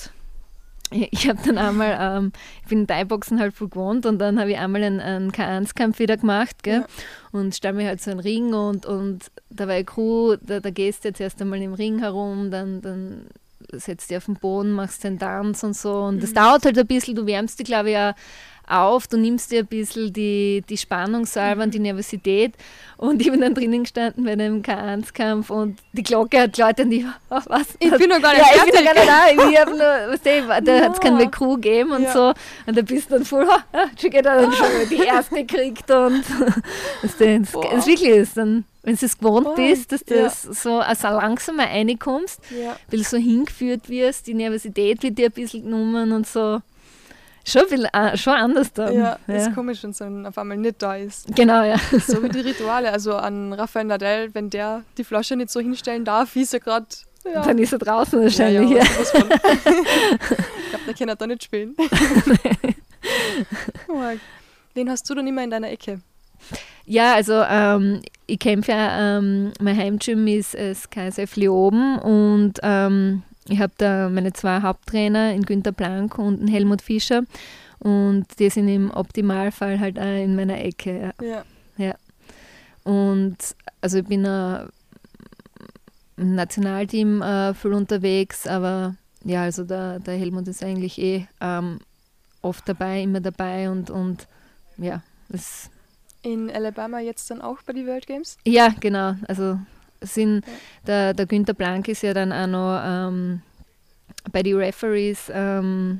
ich habe dann einmal, ähm, ich bin Thai-Boxen halt voll gewohnt und dann habe ich einmal einen, einen K eins Kampf wieder gemacht, gell? Ja. Und stelle mir halt so einen Ring und, und da war eine Crew, da, da gehst du jetzt erst einmal im Ring herum, dann, dann setzt dich auf den Boden, machst den Tanz und so und mhm. das dauert halt ein bisschen, du wärmst dich glaube ich auch auf, du nimmst dir ein bisschen die, die Spannung selber und die Nervosität und ich bin dann drinnen gestanden bei dem K eins Kampf und die Glocke hat Leute und ich, oh, was? Ich bin noch gar nicht ja, fertig. ich bin noch gar nicht da, ich habe nur, weißt du, da hat es keine Crew gegeben und ja. so und da bist du dann voll, ah, schon geht er dann schon die erste gekriegt und weißt du, das, das wirklich ist dann, wenn du es gewohnt oh, bist, dass du ja. so also langsam mal reinkommst, ja. weil du so hingeführt wirst, die Nervosität wird dir ein bisschen genommen und so. Schon, viel, uh, schon anders dann. Ja, ja, ist komisch, wenn es dann auf einmal nicht da ist. Genau, ja. So wie die Rituale, also an Rafael Nadal, wenn der die Flasche nicht so hinstellen darf, wie sie gerade... Ja. Dann ist er draußen wahrscheinlich. Ja, ja, ja. ich glaube, der kann er da nicht spielen. Wen hast du dann immer in deiner Ecke? Ja, also ähm, ich kämpfe ja, ähm, mein Heimgym ist das K S F Leoben und ähm, ich habe da meine zwei Haupttrainer, in Günther Blank und in Helmut Fischer und die sind im Optimalfall halt auch in meiner Ecke. Ja. Ja. Ja. Und also ich bin äh, im Nationalteam äh, viel unterwegs, aber ja, also der, der Helmut ist eigentlich eh ähm, oft dabei, immer dabei und, und ja, das In Alabama jetzt dann auch bei den World Games? ja, genau. Also sind Ja. der, der Günther Blank ist ja dann auch noch ähm, bei den Referees ähm,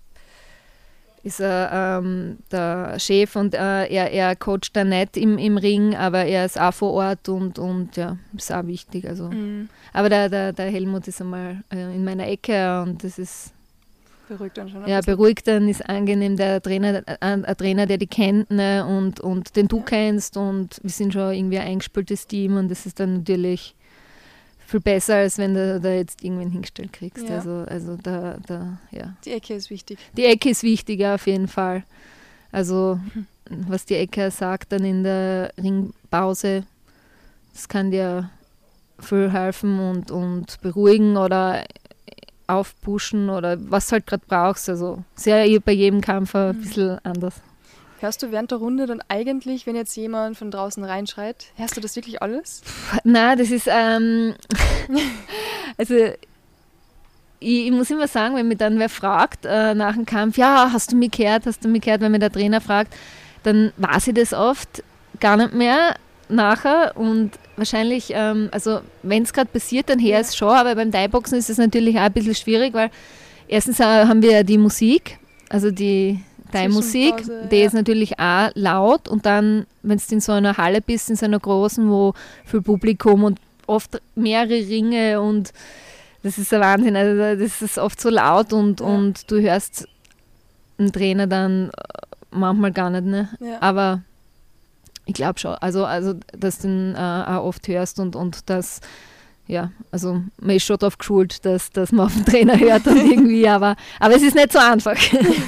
ist er ähm, der Chef und äh, er, er coacht da nicht im, im Ring, aber er ist auch vor Ort und, und ja, ist auch wichtig. Also. Mhm. Aber der, der, der Helmut ist einmal äh, in meiner Ecke und das ist Beruhigt dann schon ein ja, bisschen. beruhigt dann, ist angenehm, der Trainer, ein, ein Trainer, der die kennt ne, und, und den du Ja. kennst und wir sind schon irgendwie ein eingespieltes Team und das ist dann natürlich viel besser, als wenn du da jetzt irgendwen hingestellt kriegst. Ja. Also, also da, da, ja. Die Ecke ist wichtig. Die Ecke ist wichtig, ja, auf jeden Fall. Also was die Ecke sagt dann in der Ringpause, das kann dir viel helfen und, und beruhigen oder aufpushen oder was du halt gerade brauchst. Also sehr bei jedem Kampf ein Mhm. bisschen anders. Hörst du während der Runde dann eigentlich, wenn jetzt jemand von draußen reinschreit, hörst du das wirklich alles? Nein, das ist, ähm, also ich, ich muss immer sagen, wenn mich dann wer fragt äh, nach dem Kampf, ja, hast du mich gehört, hast du mich gehört, wenn mir der Trainer fragt, dann weiß ich das oft gar nicht mehr nachher und wahrscheinlich, ähm, also wenn es gerade passiert, dann her es schon, aber beim Thai-Boxen ist es natürlich auch ein bisschen schwierig, weil erstens äh, haben wir ja die Musik, also die Thai-Musik, Zwischenpause, die ja. ist natürlich auch laut und dann, wenn du in so einer Halle bist, in so einer großen, wo viel Publikum und oft mehrere Ringe und das ist ein Wahnsinn, also das ist oft so laut und, Ja. und du hörst einen Trainer dann manchmal gar nicht, ne? Ja. Aber ich glaube schon, also, also dass du den äh, auch oft hörst und, und das, ja, also man ist schon darauf geschult, dass, dass man auf den Trainer hört und irgendwie, aber, aber es ist nicht so einfach.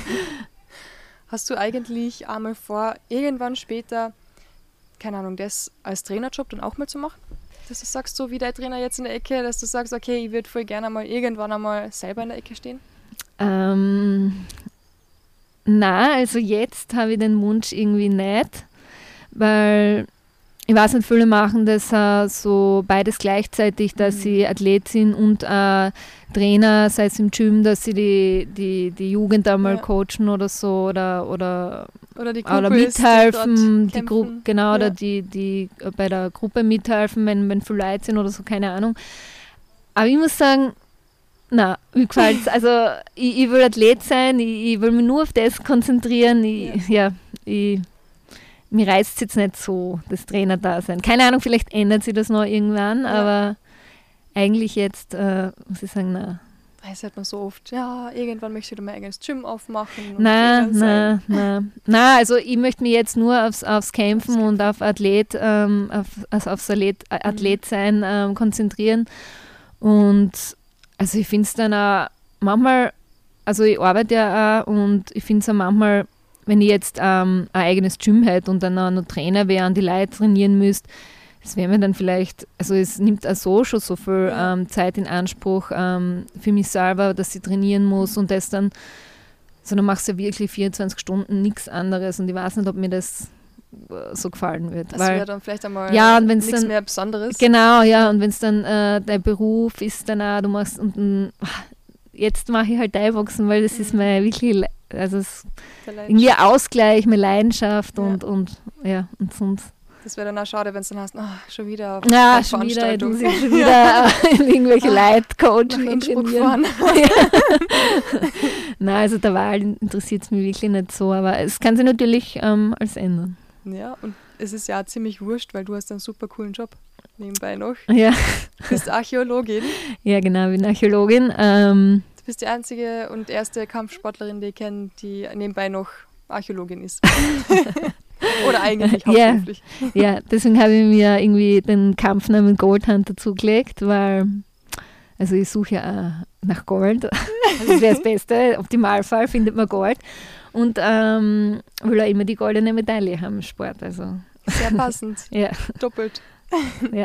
Hast du eigentlich einmal vor, irgendwann später, keine Ahnung, das als Trainerjob dann auch mal zu machen? Dass du sagst, so wie der Trainer jetzt in der Ecke, dass du sagst, okay, ich würde voll gerne mal irgendwann einmal selber in der Ecke stehen? ähm, na, also jetzt habe ich den Wunsch irgendwie nicht, weil ich weiß nicht, viele machen das äh, so beides gleichzeitig, dass Mhm. sie Athlet sind und äh, Trainer, sei es im Gym, dass sie die, die, die Jugend einmal Ja. coachen oder so oder, oder, Oder die Gruppe oder ist, die mithelfen, dort die Gruppe, kämpfen. genau, oder Ja. die, die äh, bei der Gruppe mithelfen, wenn, wenn viele Leute sind oder so, keine Ahnung. Aber ich muss sagen, na, mir gefällt es. Also ich, ich will Athlet sein, ich, ich will mich nur auf das konzentrieren. Ich, ja. ich, mir reizt es jetzt nicht so, das Trainer da sein. Keine Ahnung, vielleicht ändert sich das noch irgendwann, Ja. aber eigentlich jetzt äh, muss ich sagen, na. Das hört man so oft, ja, irgendwann möchte ich mein eigenes Gym aufmachen. und Na, Trainer sein. na, na. Na, also ich möchte mich jetzt nur aufs, aufs Kämpfen Aufs und auf Athlet, ähm, auf, also aufs Athlet, äh, Athlet sein ähm, konzentrieren. Und also ich finde es dann auch manchmal, also ich arbeite ja auch und ich finde es auch manchmal, wenn ich jetzt ähm, ein eigenes Gym hätte und dann auch noch Trainer wäre und die Leute trainieren müsste, das wäre mir dann vielleicht, also es nimmt auch so schon so viel Ja. ähm, Zeit in Anspruch ähm, für mich selber, dass ich trainieren muss und das dann, also dann machst du ja wirklich vierundzwanzig Stunden nichts anderes und ich weiß nicht, ob mir das äh, so gefallen wird. Das weil, wäre dann vielleicht einmal Ja, und wenn's nichts dann- mehr Besonderes. Genau, ja, und wenn es dann äh, dein Beruf ist, dann auch, du machst und dann, jetzt mache ich halt Thai-Boxen, weil das ist Mhm. mein wirklich, le- also es Der Leid- irgendwie ein Ausgleich, meine Leidenschaft Ja. und, und ja, und sonst. Das wäre dann auch schade, wenn es dann hast, ah, schon wieder auf Ja, eine schon wieder, Veranstaltung. du siehst schon wieder äh, irgendwelche Ah, Leute nach coachen und Innsbruck trainieren. fahren. Nein, also der Wahl interessiert es mich wirklich nicht so, aber es kann sich natürlich ähm, alles ändern. Ja, und es ist ja auch ziemlich wurscht, weil du hast einen super coolen Job nebenbei noch. Ja, Du bist Archäologin. ja genau, ich bin Archäologin. Ähm, Du bist die einzige und erste Kampfsportlerin, die ich kenne, die nebenbei noch Archäologin ist. Oder eigentlich Ja. hauptberuflich. Ja, deswegen habe ich mir irgendwie den Kampfnamen Goldhunter zugelegt, weil, also ich suche ja auch nach Gold. Also das wäre das Beste. Im Optimalfall findet man Gold. und ähm, will auch immer die goldene Medaille haben im Sport. Also. Sehr passend. Ja. Doppelt. Ja.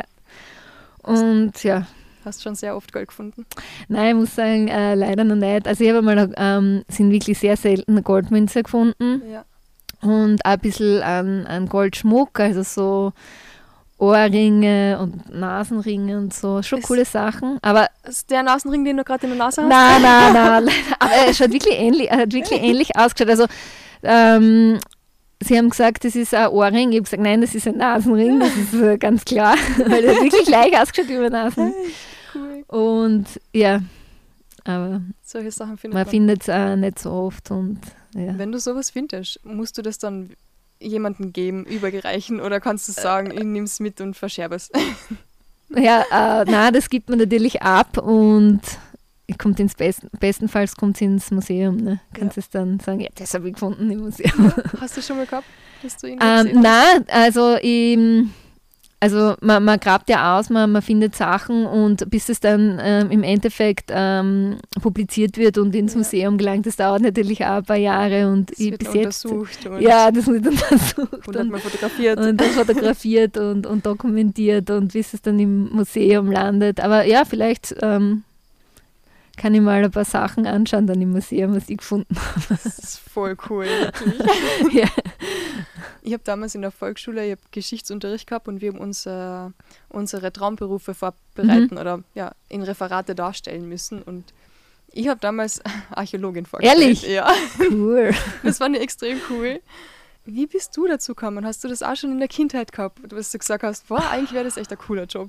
Und ja. Hast schon sehr oft Gold gefunden? Nein, ich muss sagen, äh, leider noch nicht. Also ich habe mal, ähm, sind wirklich sehr selten Goldmünze gefunden. Ja. Und auch ein bisschen an, an Goldschmuck, also so Ohrringe und Nasenringe und so. Schon ist, coole Sachen. Aber ist der Nasenring, den du gerade in der Nase hast? Nein, nein, nein. Aber er schaut wirklich ähnlich, er hat wirklich ähnlich ausgeschaut. Also ähm, sie haben gesagt, das ist ein Ohrring. Ich habe gesagt, nein, das ist ein Nasenring. Das ist äh, ganz klar. Weil er wirklich gleich ausgeschaut wie ein Nasenring. Cool. Und ja, aber solche Sachen findet man, man findet es auch nicht so oft. Und, ja. Wenn du sowas findest, musst du das dann jemandem geben, übergereichen oder kannst du sagen, ich nehme es mit und verscherbe es? Ja, äh, nein, das gibt man natürlich ab und kommt ins Besten, bestenfalls kommt es ins Museum. Ne? Kannst du ja. es dann sagen, ja, das habe ich gefunden im Museum. Ja, hast du schon mal gehabt, dass du ihn ähm, Nein, also ich, Also man, man grabt ja aus, man, man findet Sachen und bis es dann ähm, im Endeffekt ähm, publiziert wird und ins ja. Museum gelangt, das dauert natürlich auch ein paar Jahre und das ich wird bis jetzt. Untersucht und ja, das wird untersucht. Und, und mal fotografiert. Und dann fotografiert und, und dokumentiert und bis es dann im Museum landet. Aber ja, vielleicht ähm, kann ich mal ein paar Sachen anschauen dann im Museum, was ich gefunden habe. Das ist voll cool, wirklich. Ja. Ich habe damals in der Volksschule, ich habe Geschichtsunterricht gehabt und wir haben uns, äh, unsere Traumberufe vorbereiten mhm. oder ja, in Referate darstellen müssen. Und ich habe damals Archäologin vorgestellt. Ehrlich? Ja. Cool. Das fand ich extrem cool. Wie bist du dazu gekommen? Hast du das auch schon in der Kindheit gehabt, dass du gesagt hast, boah, eigentlich wäre das echt ein cooler Job?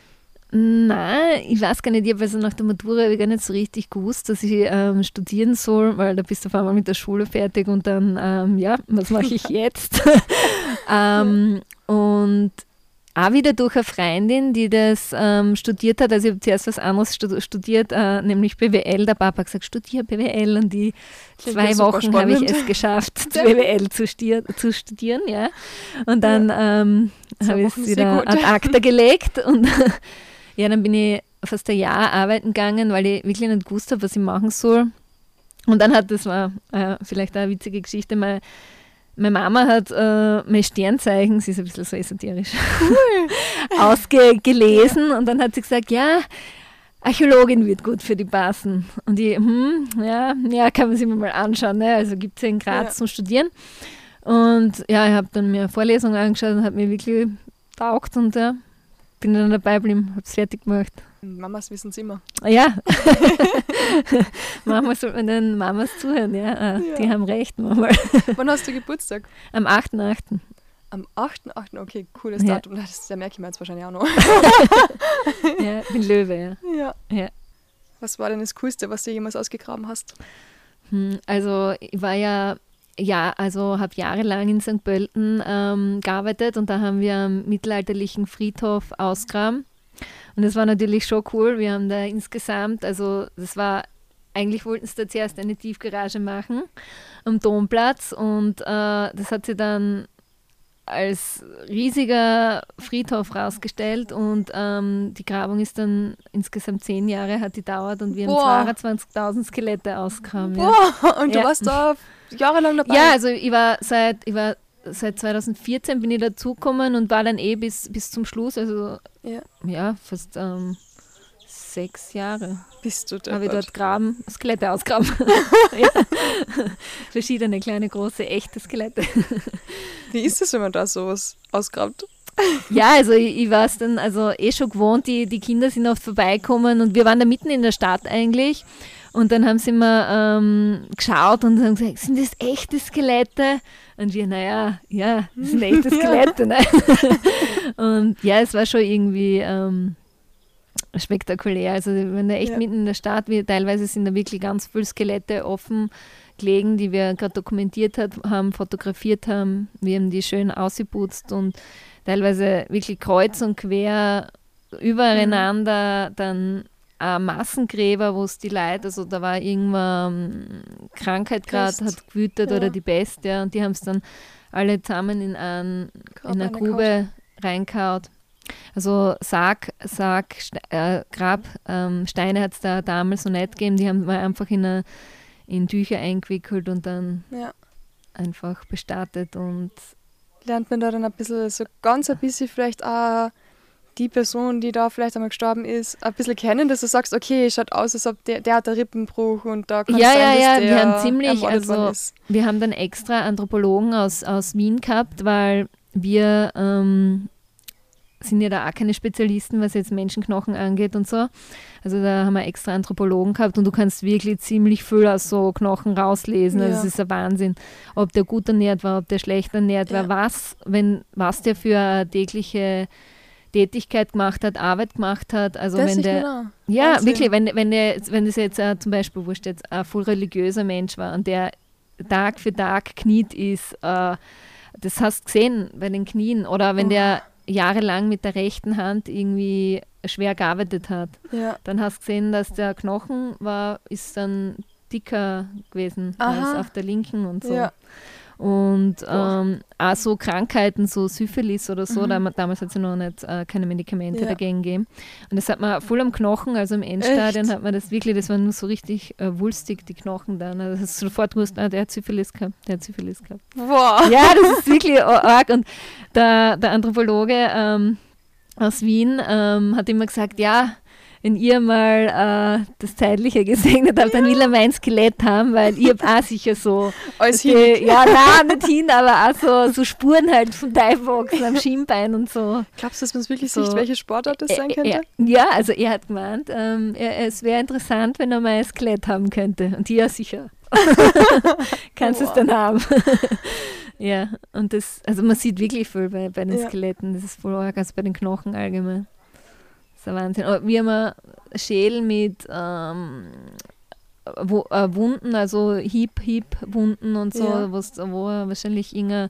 Nein, ich weiß gar nicht, ich habe also nach der Matura habe ich gar nicht so richtig gewusst, dass ich ähm, studieren soll, weil da bist du auf einmal mit der Schule fertig und dann, ähm, ja, was mache ich jetzt? ähm, und auch wieder durch eine Freundin, die das ähm, studiert hat, also ich habe zuerst was anderes studiert, äh, nämlich B W L, der Papa hat gesagt, studier B W L und die Klingt zwei Wochen habe ich es geschafft, B W L zu, stier, zu studieren, ja. Und dann ja. ähm, habe ich es wieder ad acta gelegt und ja, dann bin ich fast ein Jahr arbeiten gegangen, weil ich wirklich nicht gewusst habe, was ich machen soll. Und dann hat, das war äh, vielleicht eine witzige Geschichte, meine, meine Mama hat äh, mein Sternzeichen, sie ist ein bisschen so esoterisch, cool. ausgelesen und dann hat sie gesagt, ja, Archäologin wird gut für die passen. Und ich, hm, ja, ja, kann man sich mal anschauen, ne? Also gibt es ja in Graz ja. zum Studieren. Und ja, ich habe dann mir eine Vorlesung angeschaut und hat mir wirklich taugt und ja, bin dann dabei geblieben, habe es fertig gemacht. Mamas wissen es immer. Ja. Manchmal sollte man den Mamas zuhören, ja. ja. Die haben recht manchmal. Wann hast du Geburtstag? Am achten achten Am achten achten okay, cooles ja. Datum. Das merke ich mir jetzt wahrscheinlich auch noch. Ja, ich bin Löwe, ja. ja. ja. Was war denn das Coolste, was du jemals ausgegraben hast? Hm, also ich war ja Ja, also habe jahrelang in Sankt Pölten ähm, gearbeitet und da haben wir am mittelalterlichen Friedhof ausgegraben. Und das war natürlich schon cool. Wir haben da insgesamt, also das war, eigentlich wollten sie da zuerst eine Tiefgarage machen am Domplatz und äh, das hat sie dann als riesiger Friedhof rausgestellt und ähm, die Grabung ist dann insgesamt zehn Jahre hat die dauert und wir Boah. haben zweiundzwanzigtausend Skelette ausgegraben. Ja. Und du ja. warst da jahrelang dabei? Ja, also ich war seit, ich war seit zweitausendvierzehn bin ich dazugekommen und war dann eh bis, bis zum Schluss, also ja, ja fast ähm, sechs Jahre. Bist du da? Habe ich dort graben, Skelette ausgraben. Ja. Verschiedene kleine, große, echte Skelette. Wie ist es, wenn man da sowas ausgrabt? Ja, also ich, ich war es dann also eh schon gewohnt, die, die Kinder sind oft vorbeikommen und wir waren da mitten in der Stadt eigentlich und dann haben sie immer ähm, geschaut und haben gesagt, sind das echte Skelette? Und wir, naja, ja, das sind echte Skelette. Ne? Und ja, es war schon irgendwie ähm, spektakulär. Also wir waren da echt ja. mitten in der Stadt, wir teilweise sind da wirklich ganz viele Skelette offen gelegen, die wir gerade dokumentiert hat, haben, fotografiert haben. Wir haben die schön ausgeputzt und teilweise wirklich kreuz und quer übereinander, mhm. dann äh, Massengräber, wo es die Leute, also da war irgendwann Krankheit gerade, hat gewütet ja. oder die Pest, ja, und die haben es dann alle zusammen in, ein, in eine Grube reingehaut. Also Sarg, Sarg äh, Grab, ähm, Steine hat es da damals noch nicht gegeben, die haben wir einfach in, eine, in Tücher eingewickelt und dann ja. einfach bestattet und lernt man da dann ein bisschen, so ganz ein bisschen vielleicht auch die Person, die da vielleicht einmal gestorben ist, ein bisschen kennen, dass du sagst, okay, schaut aus, als ob der, der hat einen Rippenbruch und da kann es ja, sein, ja, dass ja, der wir haben ziemlich, ermordet worden also ist. wir haben dann extra Anthropologen aus, aus Wien gehabt, weil wir ähm, sind ja da auch keine Spezialisten, was jetzt Menschenknochen angeht und so. Also da haben wir extra Anthropologen gehabt und du kannst wirklich ziemlich viel aus so Knochen rauslesen. Also Ja. es ist ein Wahnsinn, ob der gut ernährt war, ob der schlecht ernährt Ja. war, was, wenn, was der für eine tägliche Tätigkeit gemacht hat, Arbeit gemacht hat. Also Das wenn ist der, genau. ja, Wahnsinn. wirklich, wenn, wenn der, wenn das jetzt äh, zum Beispiel, wurscht jetzt ein voll religiöser Mensch war und der Tag für Tag kniet ist, äh, das hast du gesehen bei den Knien. Oder wenn Oh. der jahrelang mit der rechten Hand irgendwie schwer gearbeitet hat, Ja. dann hast du gesehen, dass der Knochen war, ist dann dicker gewesen Aha. als auf der linken und so. Ja. Und Boah. ähm, auch so Krankheiten, so Syphilis oder so, Mhm. da, damals hat es ja noch nicht äh, keine Medikamente Ja. dagegen gegeben. Und das hat man voll am Knochen, also im Endstadion Echt? hat man das wirklich, das waren nur so richtig äh, wulstig, die Knochen dann. Also hast du sofort gewusst, ah, der hat Syphilis gehabt, der hat Syphilis gehabt. Boah. Ja, das ist wirklich arg. Und der, der Anthropologe ähm, aus Wien ähm, hat immer gesagt, ja, wenn ihr mal äh, das Zeitliche gesegnet habt, dann will er mein Skelett haben, weil ich habe auch sicher so, Alles okay, hin. ja, nein, nicht hin, aber auch so, so Spuren halt von Diveboxen am Schienbein und so. Glaubst du, dass man es wirklich So. sieht, welche Sportart das sein Ä- könnte? ä- Ja, also er hat gemeint, ähm, er, es wäre interessant, wenn er mal ein Skelett haben könnte. Und die ja sicher. Kannst du es Wow. dann haben. Ja, und das, also man sieht wirklich viel bei, bei den Ja. Skeletten, das ist voll arg, also bei den Knochen allgemein. Das ist ein Wahnsinn. Aber wir haben einen Schädel mit ähm, wo, äh, Wunden, also Hieb-Hieb-Wunden und so, Ja. wo's- wo er wahrscheinlich irgendeine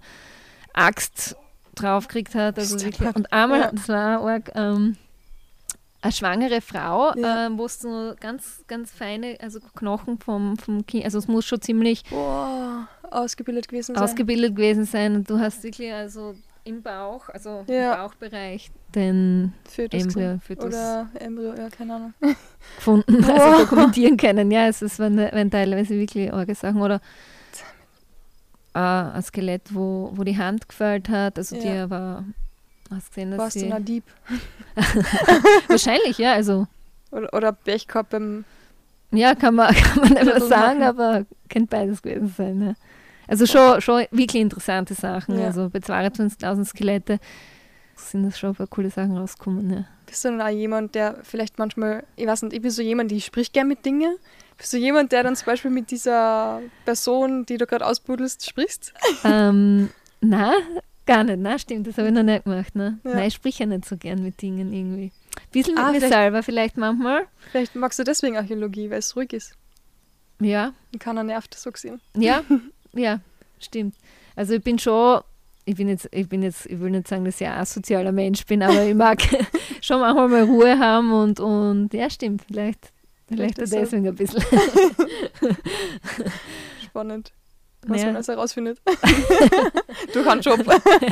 Axt draufgekriegt hat. Also Stimmt. wirklich. Und einmal, Ja. das war auch arg, ähm, eine schwangere Frau, Ja. ähm, wo es so ganz, ganz feine, also Knochen vom, vom Kind, also es muss schon ziemlich Boah, ausgebildet gewesen sein. ausgebildet gewesen sein und du hast wirklich also im Bauch, also Ja. im Bauchbereich den Fötus Embryo, Fötus Oder Embryo, ja, keine Ahnung. gefunden, Boah. also dokumentieren können. Ja, es ist, wenn, wenn teilweise wirklich arge Sachen oder äh, ein Skelett, wo, wo die Hand gefällt hat, also Ja. die war, hast gesehen, dass Warst du sie ein Dieb? wahrscheinlich, ja, also Oder, oder Pech gehabt beim. ja, kann man, kann man nicht mehr Viertel sagen, machen. aber könnte beides gewesen sein. Ja. Also schon, schon wirklich interessante Sachen. Ja. Also bei zweiundzwanzigtausend Skelette sind das schon ein paar coole Sachen rausgekommen. Ja. Bist du dann auch jemand, der vielleicht manchmal, ich weiß nicht, ich bin so jemand, die spricht gern mit Dingen. Bist du jemand, der dann zum Beispiel mit dieser Person, die du gerade ausbuddelst, sprichst? ähm, na, gar nicht. Na, stimmt, das habe ich noch nicht gemacht. Ne? Ja. Nein, ich spreche ja nicht so gern mit Dingen irgendwie. Ein bisschen mit Ah, mir vielleicht- selber vielleicht manchmal. Vielleicht magst du deswegen Archäologie, weil es ruhig ist. Ja, Und keiner nervt, so gesehen. ja, ja, stimmt. Also ich bin schon, ich bin jetzt, ich bin jetzt, ich will nicht sagen, dass ich ein asozialer Mensch bin, aber ich mag schon manchmal mal Ruhe haben und, und ja, stimmt, vielleicht, vielleicht Vielleicht deshalb. deswegen ein bisschen. Spannend, was Ja. man alles herausfindet. Durch einen Job.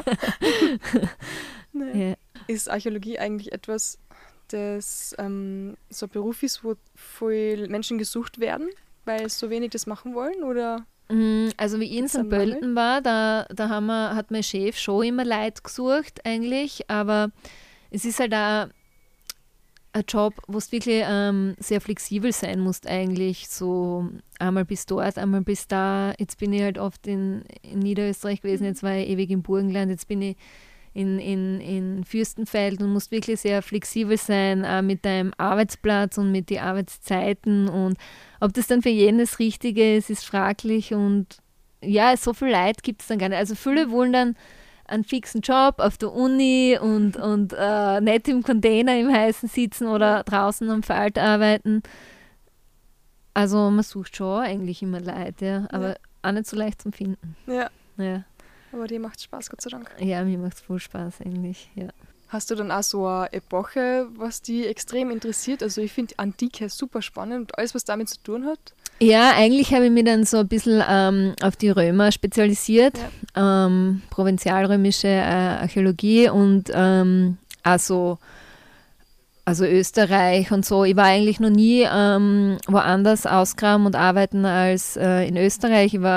nee. Ja. Ist Archäologie eigentlich etwas, das ähm, so ein Beruf ist, wo viele Menschen gesucht werden, weil so wenig das machen wollen? Oder? Mm, Also wie ich in Gibt's Sankt einen Mangel? Pölten war, da, da haben wir, hat mein Chef schon immer Leute gesucht eigentlich, aber es ist halt auch ein Job, wo du wirklich ähm, sehr flexibel sein musst eigentlich, so einmal bis dort, einmal bis da. Jetzt bin ich halt oft in, in Niederösterreich gewesen, jetzt war ich ewig im Burgenland, jetzt bin ich in, in, in Fürstenfeld und musst wirklich sehr flexibel sein, auch mit deinem Arbeitsplatz und mit den Arbeitszeiten, und ob das dann für jeden das Richtige ist, ist fraglich, und ja, so viel Leid gibt es dann gar nicht. Also viele wollen dann einen fixen Job auf der Uni und, und äh, nicht im Container im Heißen sitzen oder draußen am Feld arbeiten. Also man sucht schon eigentlich immer Leute, ja, aber Ja. auch nicht so leicht zum Finden. Ja, Ja, aber dir macht Spaß, Gott sei Dank. ja, mir macht es voll Spaß eigentlich, ja. Hast du dann auch so eine Epoche, was dich extrem interessiert? Also ich finde Antike super spannend und alles, was damit zu tun hat. Ja, eigentlich habe ich mich dann so ein bisschen ähm, auf die Römer spezialisiert, ähm, provinzialrömische äh, Archäologie und ähm, also, also Österreich und so. Ich war eigentlich noch nie ähm, woanders ausgraben und arbeiten als äh, in Österreich. Ich war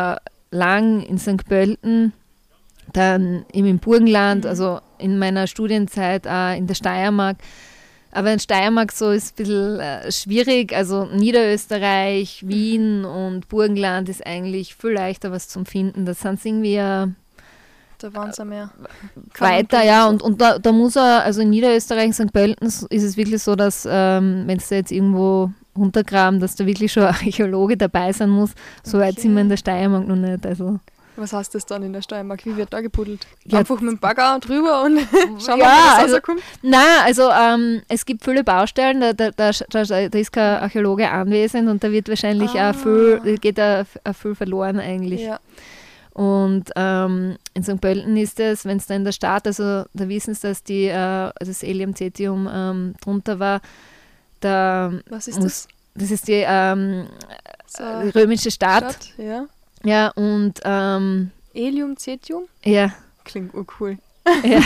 lang in Sankt Pölten, dann eben im Burgenland, mhm. also in meiner Studienzeit auch in der Steiermark. Aber in Steiermark so ist ein bisschen äh, schwierig, also Niederösterreich, Wien und Burgenland ist eigentlich viel leichter was zum Finden. Das sind irgendwie äh, da waren sie mehr weiter, ja, und, und da, da muss er, also in Niederösterreich, Sankt Pölten ist es wirklich so, dass ähm, wenn es da jetzt irgendwo runtergraben, dass da wirklich schon ein Archäologe dabei sein muss. So weit okay. sind wir in der Steiermark noch nicht. Also. Was heißt das dann in der Steiermark? Wie wird da gebuddelt? Ja, einfach mit dem Bagger drüber und schauen wir ja, mal, was also, rauskommt? Nein, also ähm, es gibt viele Baustellen, da, da, da, da, da ist kein Archäologe anwesend und da wird wahrscheinlich ah. auch viel, geht auch, auch viel verloren eigentlich. Ja. Und ähm, in Sankt Pölten ist es, wenn es da in der Stadt, also da wissen sie, dass die, äh, also das Elium Cetium ähm, drunter war, da Was ist muss, das? Das ist die, ähm, so, die römische Stadt. Stadt ja. Ja, und ähm, Elium Cetium? Ja. Klingt urcool. Ja.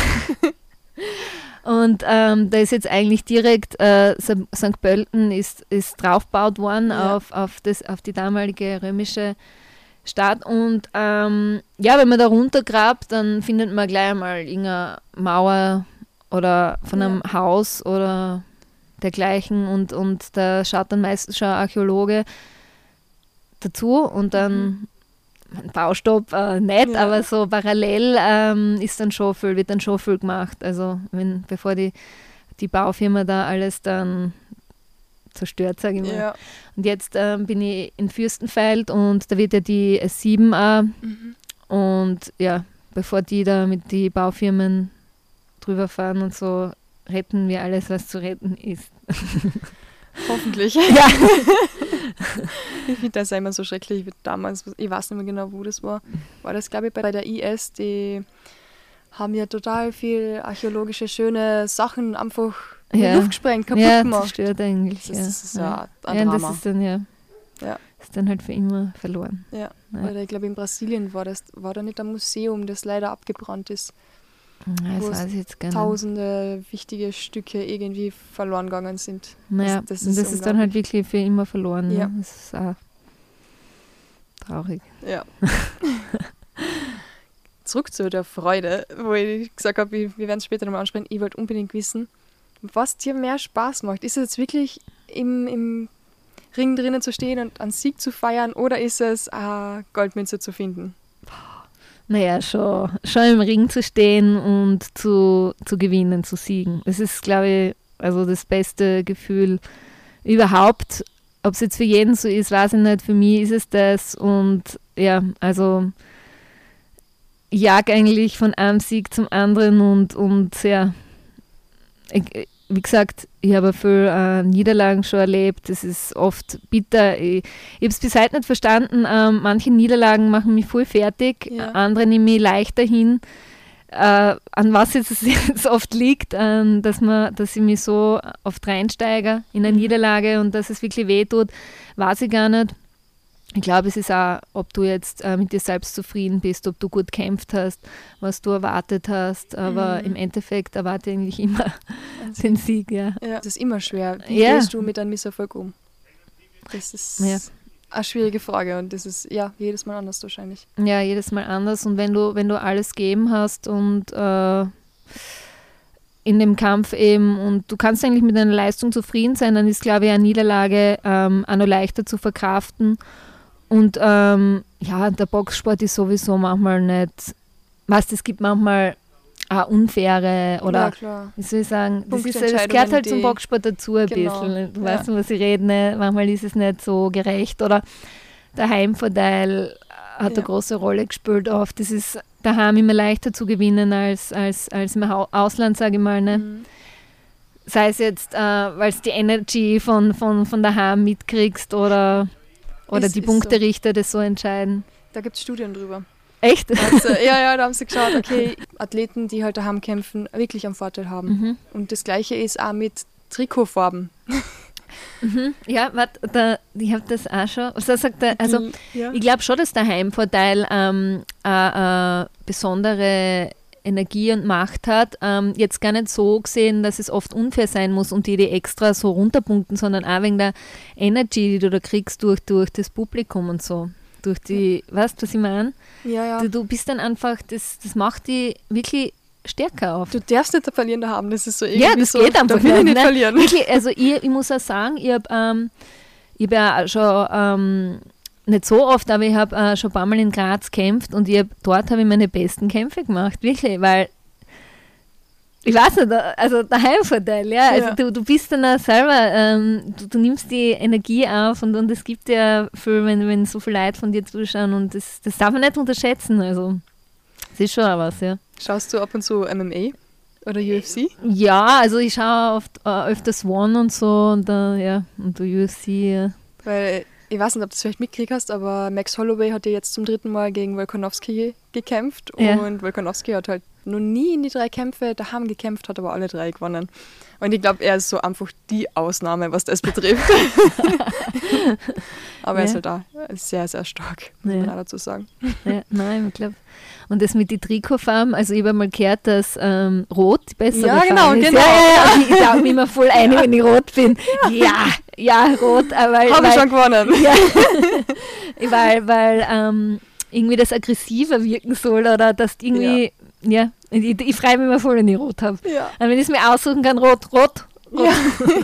Und ähm, da ist jetzt eigentlich direkt äh, Sankt Pölten ist, ist draufgebaut worden ja. auf, auf, das, auf die damalige römische Stadt. Und ähm, ja, wenn man da runtergrabt, dann findet man gleich einmal irgendeine Mauer oder von einem ja. Haus oder dergleichen. Und, und da schaut dann meistens schon ein Archäologe dazu und dann mhm. Baustopp äh, nicht, ja. aber so parallel ähm, ist dann schon viel, wird dann schon viel gemacht. Also wenn, bevor die, die Baufirma da alles dann zerstört, sage ich mal. Ja. Und jetzt ähm, bin ich in Fürstenfeld und da wird ja die S sieben auch mhm. und ja, bevor die da mit den Baufirmen drüber fahren und so, retten wir alles, was zu retten ist. Hoffentlich. Ja. Ich finde das ja immer so schrecklich. Damals, ich weiß nicht mehr genau, wo das war. War das, glaube ich, bei der I S, die haben ja total viel archäologische, schöne Sachen einfach in ja. die Luft gesprengt, kaputt ja, gemacht. Zerstört eigentlich. Das, ja. das ist ja, ein ja, Drama. das ist dann, ja, ja. ist dann halt für immer verloren. Ja, ja. Oder ich glaube, in Brasilien war das, war da nicht ein Museum, das leider abgebrannt ist. Ja, das weiß ich jetzt gar nicht. Tausende wichtige Stücke irgendwie verloren gegangen sind. Naja, das, das, ist, das ist dann halt wirklich für immer verloren. Ja. Ne? Das ist auch traurig. Ja. Zurück zu der Freude, wo ich gesagt habe, wir werden es später nochmal ansprechen. Ich wollte unbedingt wissen, was dir mehr Spaß macht. Ist es jetzt wirklich im, im Ring drinnen zu stehen und einen Sieg zu feiern oder ist es eine Goldmünze zu finden? Naja, schon, schon im Ring zu stehen und zu, zu gewinnen, zu siegen. Das ist, glaube ich, also das beste Gefühl überhaupt. Ob es jetzt für jeden so ist, weiß ich nicht. Für mich ist es das. Und ja, also ich jag eigentlich von einem Sieg zum anderen und, und ja, ich, wie gesagt, ich habe viel äh, Niederlagen schon erlebt. Das ist oft bitter. Ich, ich habe es bis heute nicht verstanden. Ähm, manche Niederlagen machen mich voll fertig, ja. andere nehmen mich leichter hin. Äh, an was jetzt es jetzt oft liegt, äh, dass, man, dass ich mich so oft reinsteige in eine Niederlage und dass es wirklich wehtut, weiß ich gar nicht. Ich glaube, es ist auch, ob du jetzt äh, mit dir selbst zufrieden bist, ob du gut kämpft hast, was du erwartet hast, aber mhm. im Endeffekt erwarte ich eigentlich immer also, den Sieg. Ja. Ja, das ist immer schwer. Wie ja. gehst du mit einem Misserfolg um? Das ist ja. eine schwierige Frage und das ist ja jedes Mal anders wahrscheinlich. Ja, jedes Mal anders und wenn du, wenn du alles gegeben hast und äh, in dem Kampf eben und du kannst eigentlich mit deiner Leistung zufrieden sein, dann ist, glaube ich, eine Niederlage ähm, auch noch leichter zu verkraften. Und ähm, ja, der Boxsport ist sowieso manchmal nicht, weißt, es gibt manchmal auch unfaire oder, ja, klar. wie soll ich sagen, das, ist, das gehört halt zum Boxsport dazu ein genau. bisschen. Du ja. weißt, was ich rede, ne? Manchmal ist es nicht so gerecht oder der Heimvorteil hat ja. eine große Rolle gespielt oft. Das ist daheim immer leichter zu gewinnen als, als, als im Ausland, sage ich mal. Ne? Mhm. Sei es jetzt, äh, weil du die Energy von, von, von daheim mitkriegst oder Oder ist, die Punkterichter so. Das so entscheiden. Da gibt es Studien drüber. Echt? Also, ja, ja, da haben sie geschaut, okay, Athleten, die halt daheim kämpfen, wirklich einen Vorteil haben. Mhm. Und das Gleiche ist auch mit Trikotfarben. Mhm. Ja, warte, ich habe das auch schon. Also, sagt der, also ja. ich glaube schon, dass der Heimvorteil ähm, eine äh, besondere Energie und Macht hat. Ähm, jetzt gar nicht so gesehen, dass es oft unfair sein muss und die die extra so runterpunkten, sondern auch wegen der Energy, die du da kriegst durch, durch das Publikum und so. durch die, weißt du, was ich meine? Ja, ja. Du, du bist dann einfach, das, das macht die wirklich stärker auf. Du darfst nicht der Verlierende haben, das ist so irgendwie Ja, das so, geht einfach da will ich nicht ne? verlieren. Wirklich, also ich, ich muss auch sagen, ich habe ähm, ich hab ja schon, ähm, nicht so oft, aber ich habe äh, schon ein paar Mal in Graz gekämpft und ich hab, dort habe ich meine besten Kämpfe gemacht, wirklich, weil ich weiß nicht, also der Heimvorteil, ja, also Ja. du, du bist dann auch selber, ähm, du, du nimmst die Energie auf und, und es gibt ja viel, wenn, wenn so viele Leute von dir zuschauen und das, das darf man nicht unterschätzen, also das ist schon auch was, ja. Schaust du ab und zu M M A oder U F C? Ja, also ich schaue oft äh, öfters One und so und äh, ja, und der U F C, ja. Weil, ich weiß nicht, ob du es vielleicht mitgekriegt hast, aber Max Holloway hat ja jetzt zum dritten Mal gegen Volkanovski gekämpft Ja. und Volkanovski hat halt noch nie in die drei Kämpfe daheim gekämpft, hat aber alle drei gewonnen. Und ich glaube, er ist so einfach die Ausnahme, was das betrifft. Aber er ist Ja. halt da sehr, sehr stark, muss Ja. man auch dazu sagen. Ja, nein, ich glaube. Und das mit den Trikotfarben, also ich habe mal gehört, dass ähm, Rot die bessere Ja, genau, Farbe ist. genau. Ja, ja, ja. Ich sage mir immer voll ein, wenn ich rot bin. Ja, ja, rot. Aber Habe ich weil, schon gewonnen. ja, weil, weil ähm, irgendwie das aggressiver wirken soll oder dass irgendwie, ja, ich, ich freue mich immer voll, wenn ich rot habe. Ja. Und wenn ich es mir aussuchen kann, rot, rot, rot. Ja.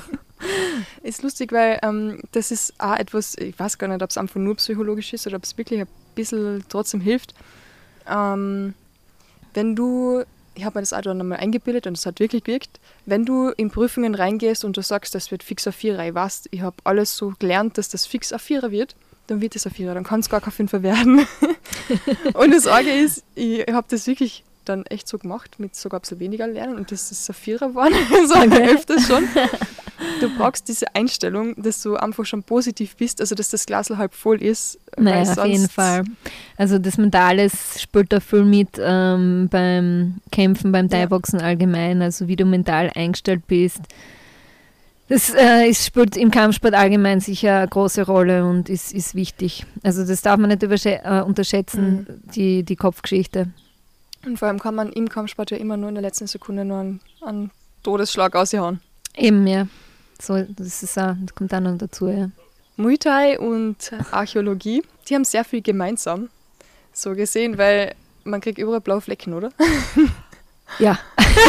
Ist lustig, weil ähm, das ist auch etwas, ich weiß gar nicht, ob es einfach nur psychologisch ist oder ob es wirklich ein bisschen trotzdem hilft. Ähm, wenn du, ich habe mir das auch dann einmal eingebildet und es hat wirklich gewirkt, wenn du in Prüfungen reingehst und du sagst, das wird fix ein Vierer, ich weiß, ich habe alles so gelernt, dass das fix ein Vierer wird, dann wird es ein Vierer, dann kann es gar kein Fünfer werden. Und das Arge ist, ich habe das wirklich dann echt so gemacht, mit sogar ein bisschen weniger lernen und das ist ein Vierer geworden, so Okay. öfters schon. Du brauchst diese Einstellung, dass du einfach schon positiv bist, also dass das Glas halb voll ist. Naja, weil auf jeden sonst- Fall. Also das Mentale spielt da viel mit ähm, beim Kämpfen, beim Ja. Thai-Boxen allgemein, also wie du mental eingestellt bist. Das äh, ist, spielt im Kampfsport allgemein sicher eine große Rolle und ist, ist wichtig. Also das darf man nicht überschä- äh, unterschätzen, die, die Kopfgeschichte. Und vor allem kann man im Kampfsport ja immer nur in der letzten Sekunde nur einen, einen Todesschlag aushauen. Eben, ja. So, das, ist auch, das kommt auch noch dazu, ja. Muay Thai und Archäologie, die haben sehr viel gemeinsam, so gesehen, weil man kriegt überall blaue Flecken, oder? Ja.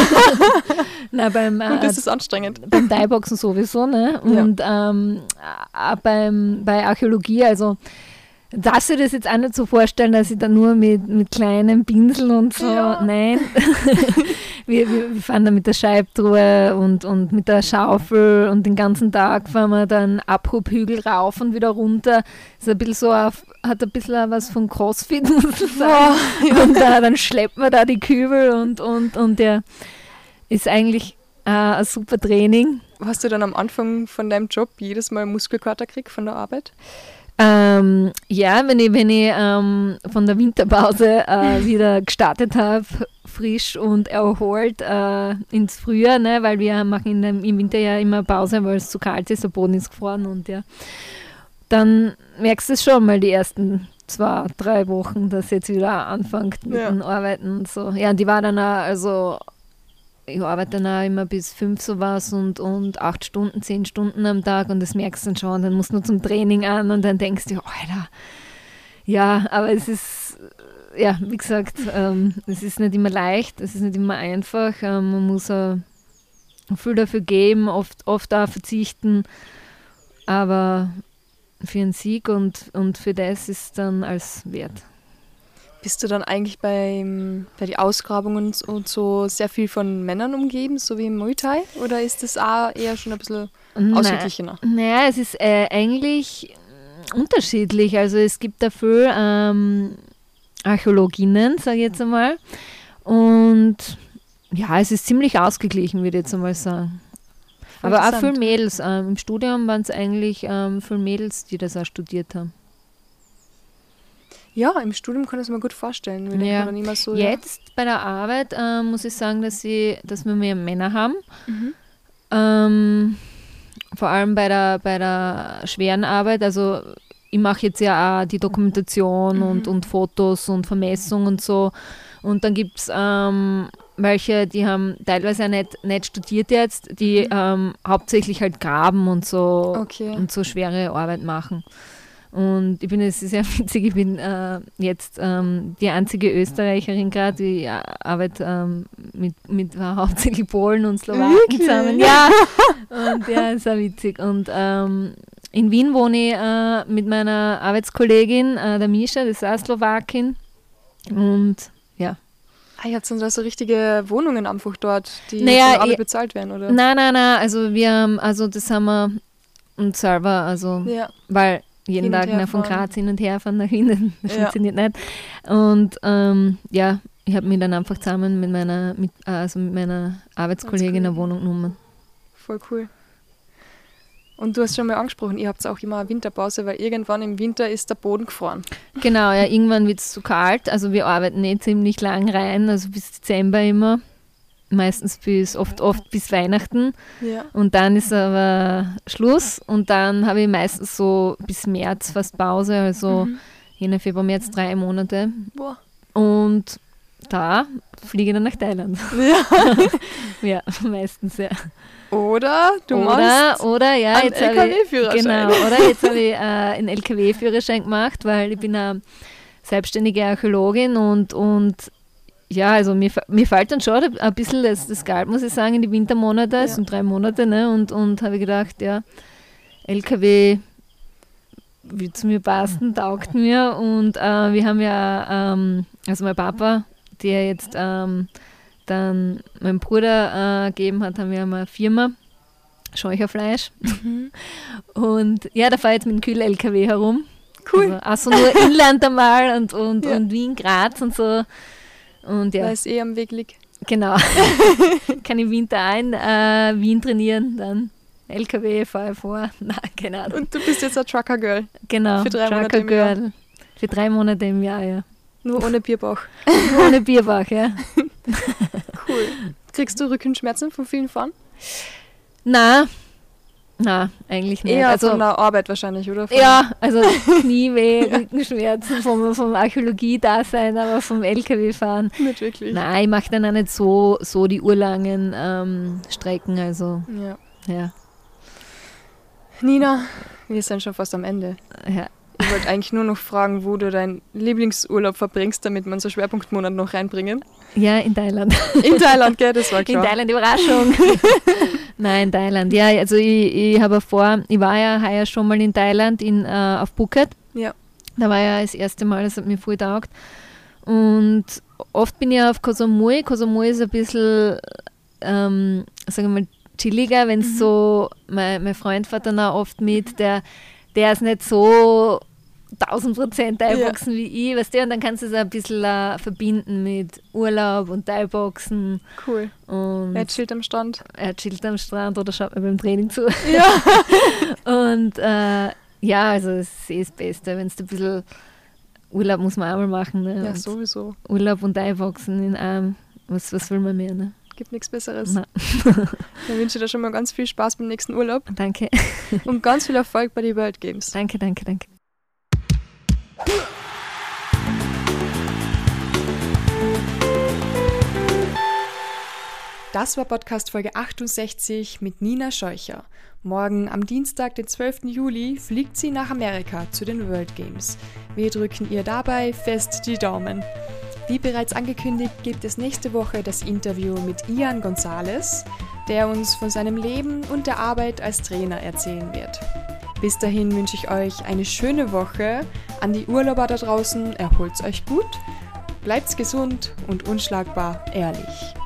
Na, beim, Und äh, das ist anstrengend. beim Thai-Boxen sowieso, ne? Und ähm, auch beim, bei Archäologie, also darfst du dir das jetzt auch nicht so vorstellen, dass ich da nur mit, mit kleinen Pinseln und so, Ja. nein. wir, wir, wir fahren da mit der Scheibtruhe und, und mit der Schaufel und den ganzen Tag fahren wir dann Abhubhügel rauf und wieder runter. Ist ein bisschen so, auf, hat ein bisschen auch was von Crossfit, muss ich sagen. Und äh, dann schleppt man da die Kübel und, und, und der ist eigentlich äh, ein super Training. Hast du dann am Anfang von deinem Job jedes Mal Muskelkater gekriegt von der Arbeit? Ähm, ja, wenn ich, wenn ich ähm, von der Winterpause äh, wieder gestartet habe, frisch und erholt äh, ins Frühjahr, ne, weil wir machen in dem, im Winter ja immer Pause, weil es zu kalt ist, der Boden ist gefroren und ja. Dann merkst du es schon mal die ersten zwei, drei Wochen, dass jetzt wieder anfängt mit Ja. dem Arbeiten und so. Ja, und die war dann auch, also ich arbeite dann auch immer bis fünf sowas und, und acht Stunden, zehn Stunden am Tag und das merkst du dann schon. Dann musst du nur zum Training an und dann denkst du, Alter, ja, aber es ist, ja, wie gesagt, ähm, es ist nicht immer leicht, es ist nicht immer einfach. Ähm, man muss auch viel dafür geben, oft, oft auch verzichten, aber für einen Sieg und, und für das ist dann als wert. Bist du dann eigentlich beim, bei den Ausgrabungen und so sehr viel von Männern umgeben, so wie im Muay Thai? Oder ist das auch eher schon ein bisschen ausgeglichener? Naja, es ist äh, eigentlich unterschiedlich. Also es gibt dafür ähm, Archäologinnen, sage ich jetzt einmal. Und ja, es ist ziemlich ausgeglichen, würde ich jetzt einmal sagen. Voll Aber auch interessant. für Mädels. Ähm, Im Studium waren es eigentlich ähm, für Mädels, die das auch studiert haben. Ja, im Studium kann ich es mir gut vorstellen. Wir Ja. denken dann immer so, Jetzt bei der Arbeit ähm, muss ich sagen, dass, sie, dass wir mehr Männer haben. Mhm. Ähm, vor allem bei der, bei der schweren Arbeit. Also ich mache jetzt ja auch die Dokumentation Mhm. und, und Fotos und Vermessung und so. Und dann gibt es ähm, welche, die haben teilweise auch nicht, nicht studiert jetzt, die Mhm. ähm, hauptsächlich halt graben und so, Okay. und so schwere Arbeit machen. Und ich bin, es ist sehr witzig, ich bin äh, jetzt ähm, die einzige Österreicherin gerade, die arbeitet ähm, mit, mit äh, hauptsächlich Polen und Slowaken Wirklich? zusammen. Ja, und ja, ist auch witzig. Und ähm, in Wien wohne ich äh, mit meiner Arbeitskollegin, äh, der Mischa, das ist auch Slowakin. Und ja. Ah, ihr habt dann da so richtige Wohnungen einfach dort, die Naja, von der Arbeit ich- bezahlt werden, oder? Nein, nein, nein, also wir haben, also das haben wir uns selber, also Ja. weil jeden Hin und Tag her nach von fahren. Graz hin und her fahren nach Wien, das Ja. funktioniert nicht. Und ähm, ja, ich habe mich dann einfach zusammen mit meiner, mit, also mit meiner Arbeitskollegin eine Wohnung genommen. Voll cool. Und du hast schon mal angesprochen, ihr habt auch immer eine Winterpause, weil irgendwann im Winter ist der Boden gefroren. Genau, ja, irgendwann wird es zu kalt, also wir arbeiten eh ziemlich lang rein, also bis Dezember immer, meistens bis, oft, oft bis Weihnachten. Ja. Und dann ist aber Schluss und dann habe ich meistens so bis März fast Pause, also Mhm. Jänner, Februar, März, drei Monate. Boah. Und da fliege ich dann nach Thailand. Ja. Ja, meistens, ja. Oder du oder, machst oder, ja, einen jetzt habe L K ich, W-Führerschein. genau, oder jetzt habe ich äh, einen L K W-Führerschein gemacht, weil ich bin eine selbstständige Archäologin und, und ja, also mir, fa- mir fällt dann schon ein bisschen das, das Geld, muss ich sagen, in die Wintermonate, es Ja. sind drei Monate, ne, und, und habe ich gedacht, ja, L K W wird zu mir passen, taugt mir und äh, wir haben ja, ähm, also mein Papa, der jetzt ähm, dann meinem Bruder äh, gegeben hat, haben wir eine Firma, Scheucherfleisch. Mhm. Und ja, da fahre ich jetzt mit dem Kühl-L K W herum. Cool. Also, also nur Inland einmal und, und, Ja. und Wien, Graz und so. Und ja, Weil es eh am Weg liegt. genau. Kann im Winter ein äh, Wien trainieren, dann L K W, fahre ich vor. Nein, keine Ahnung. Und du bist jetzt ein Trucker-Girl. Genau, für drei Monate Trucker im Jahr. Girl. Für drei Monate im Jahr, ja. Nur ohne Bierbauch. Nur ohne Bierbauch, ja. Cool. Kriegst du Rückenschmerzen von vielen Fahren? Na, na, eigentlich nicht. Eher also, von der Arbeit wahrscheinlich, oder? Von ja, also Knieweh, Rückenschmerzen vom, vom Archäologie-Dasein, aber vom L K W-Fahren. Nicht wirklich. Nein, ich mache dann auch nicht so, so die urlangen ähm, Strecken, also Ja. ja, Nina, wir sind schon fast am Ende. ja. Ich wollte eigentlich nur noch fragen, wo du deinen Lieblingsurlaub verbringst, damit wir unseren Schwerpunktmonat noch reinbringen. Ja, in Thailand. In Thailand, gell? Das war In klar. Thailand, Überraschung. Nein, in Thailand. Ja, also ich, ich habe vor, ich war ja heuer schon mal in Thailand in, äh, auf Phuket. Ja. Da war ja das erste Mal, das hat mir voll getaugt. Und oft bin ich auf Koh Samui. Koh Samui ist ein bisschen, ähm, sagen wir mal, chilliger, wenn es Mhm. so, mein, mein Freund fährt dann auch oft mit, der, der ist nicht so tausend Prozent Thai-Boxen wie ich, weißt du, und dann kannst du es auch ein bisschen äh, verbinden mit Urlaub und Thai-Boxen Cool. und Er chillt am Strand. er chillt am Strand oder schaut mir beim Training zu. Ja. Und äh, ja, also es ist eh das Beste, wenn es ein bisschen Urlaub muss man einmal machen. Ne? Ja, Und sowieso. Urlaub und Thai-Boxen in einem, was, was will man mehr? Ne? Gibt nichts Besseres. Na, Dann wünsche ich dir schon mal ganz viel Spaß beim nächsten Urlaub danke, und ganz viel Erfolg bei den World Games. danke, danke, danke. Das war Podcast Folge achtundsechzig mit Nina Scheucher. Morgen am Dienstag, den zwölften Juli, fliegt sie nach Amerika zu den World Games. Wir drücken ihr dabei fest die Daumen. Wie bereits angekündigt, gibt es nächste Woche das Interview mit Ian Gonzalez, der uns von seinem Leben und der Arbeit als Trainer erzählen wird. Bis dahin wünsche ich euch eine schöne Woche. An die Urlauber da draußen, erholt's euch gut, bleibt's gesund und unschlagbar ehrlich.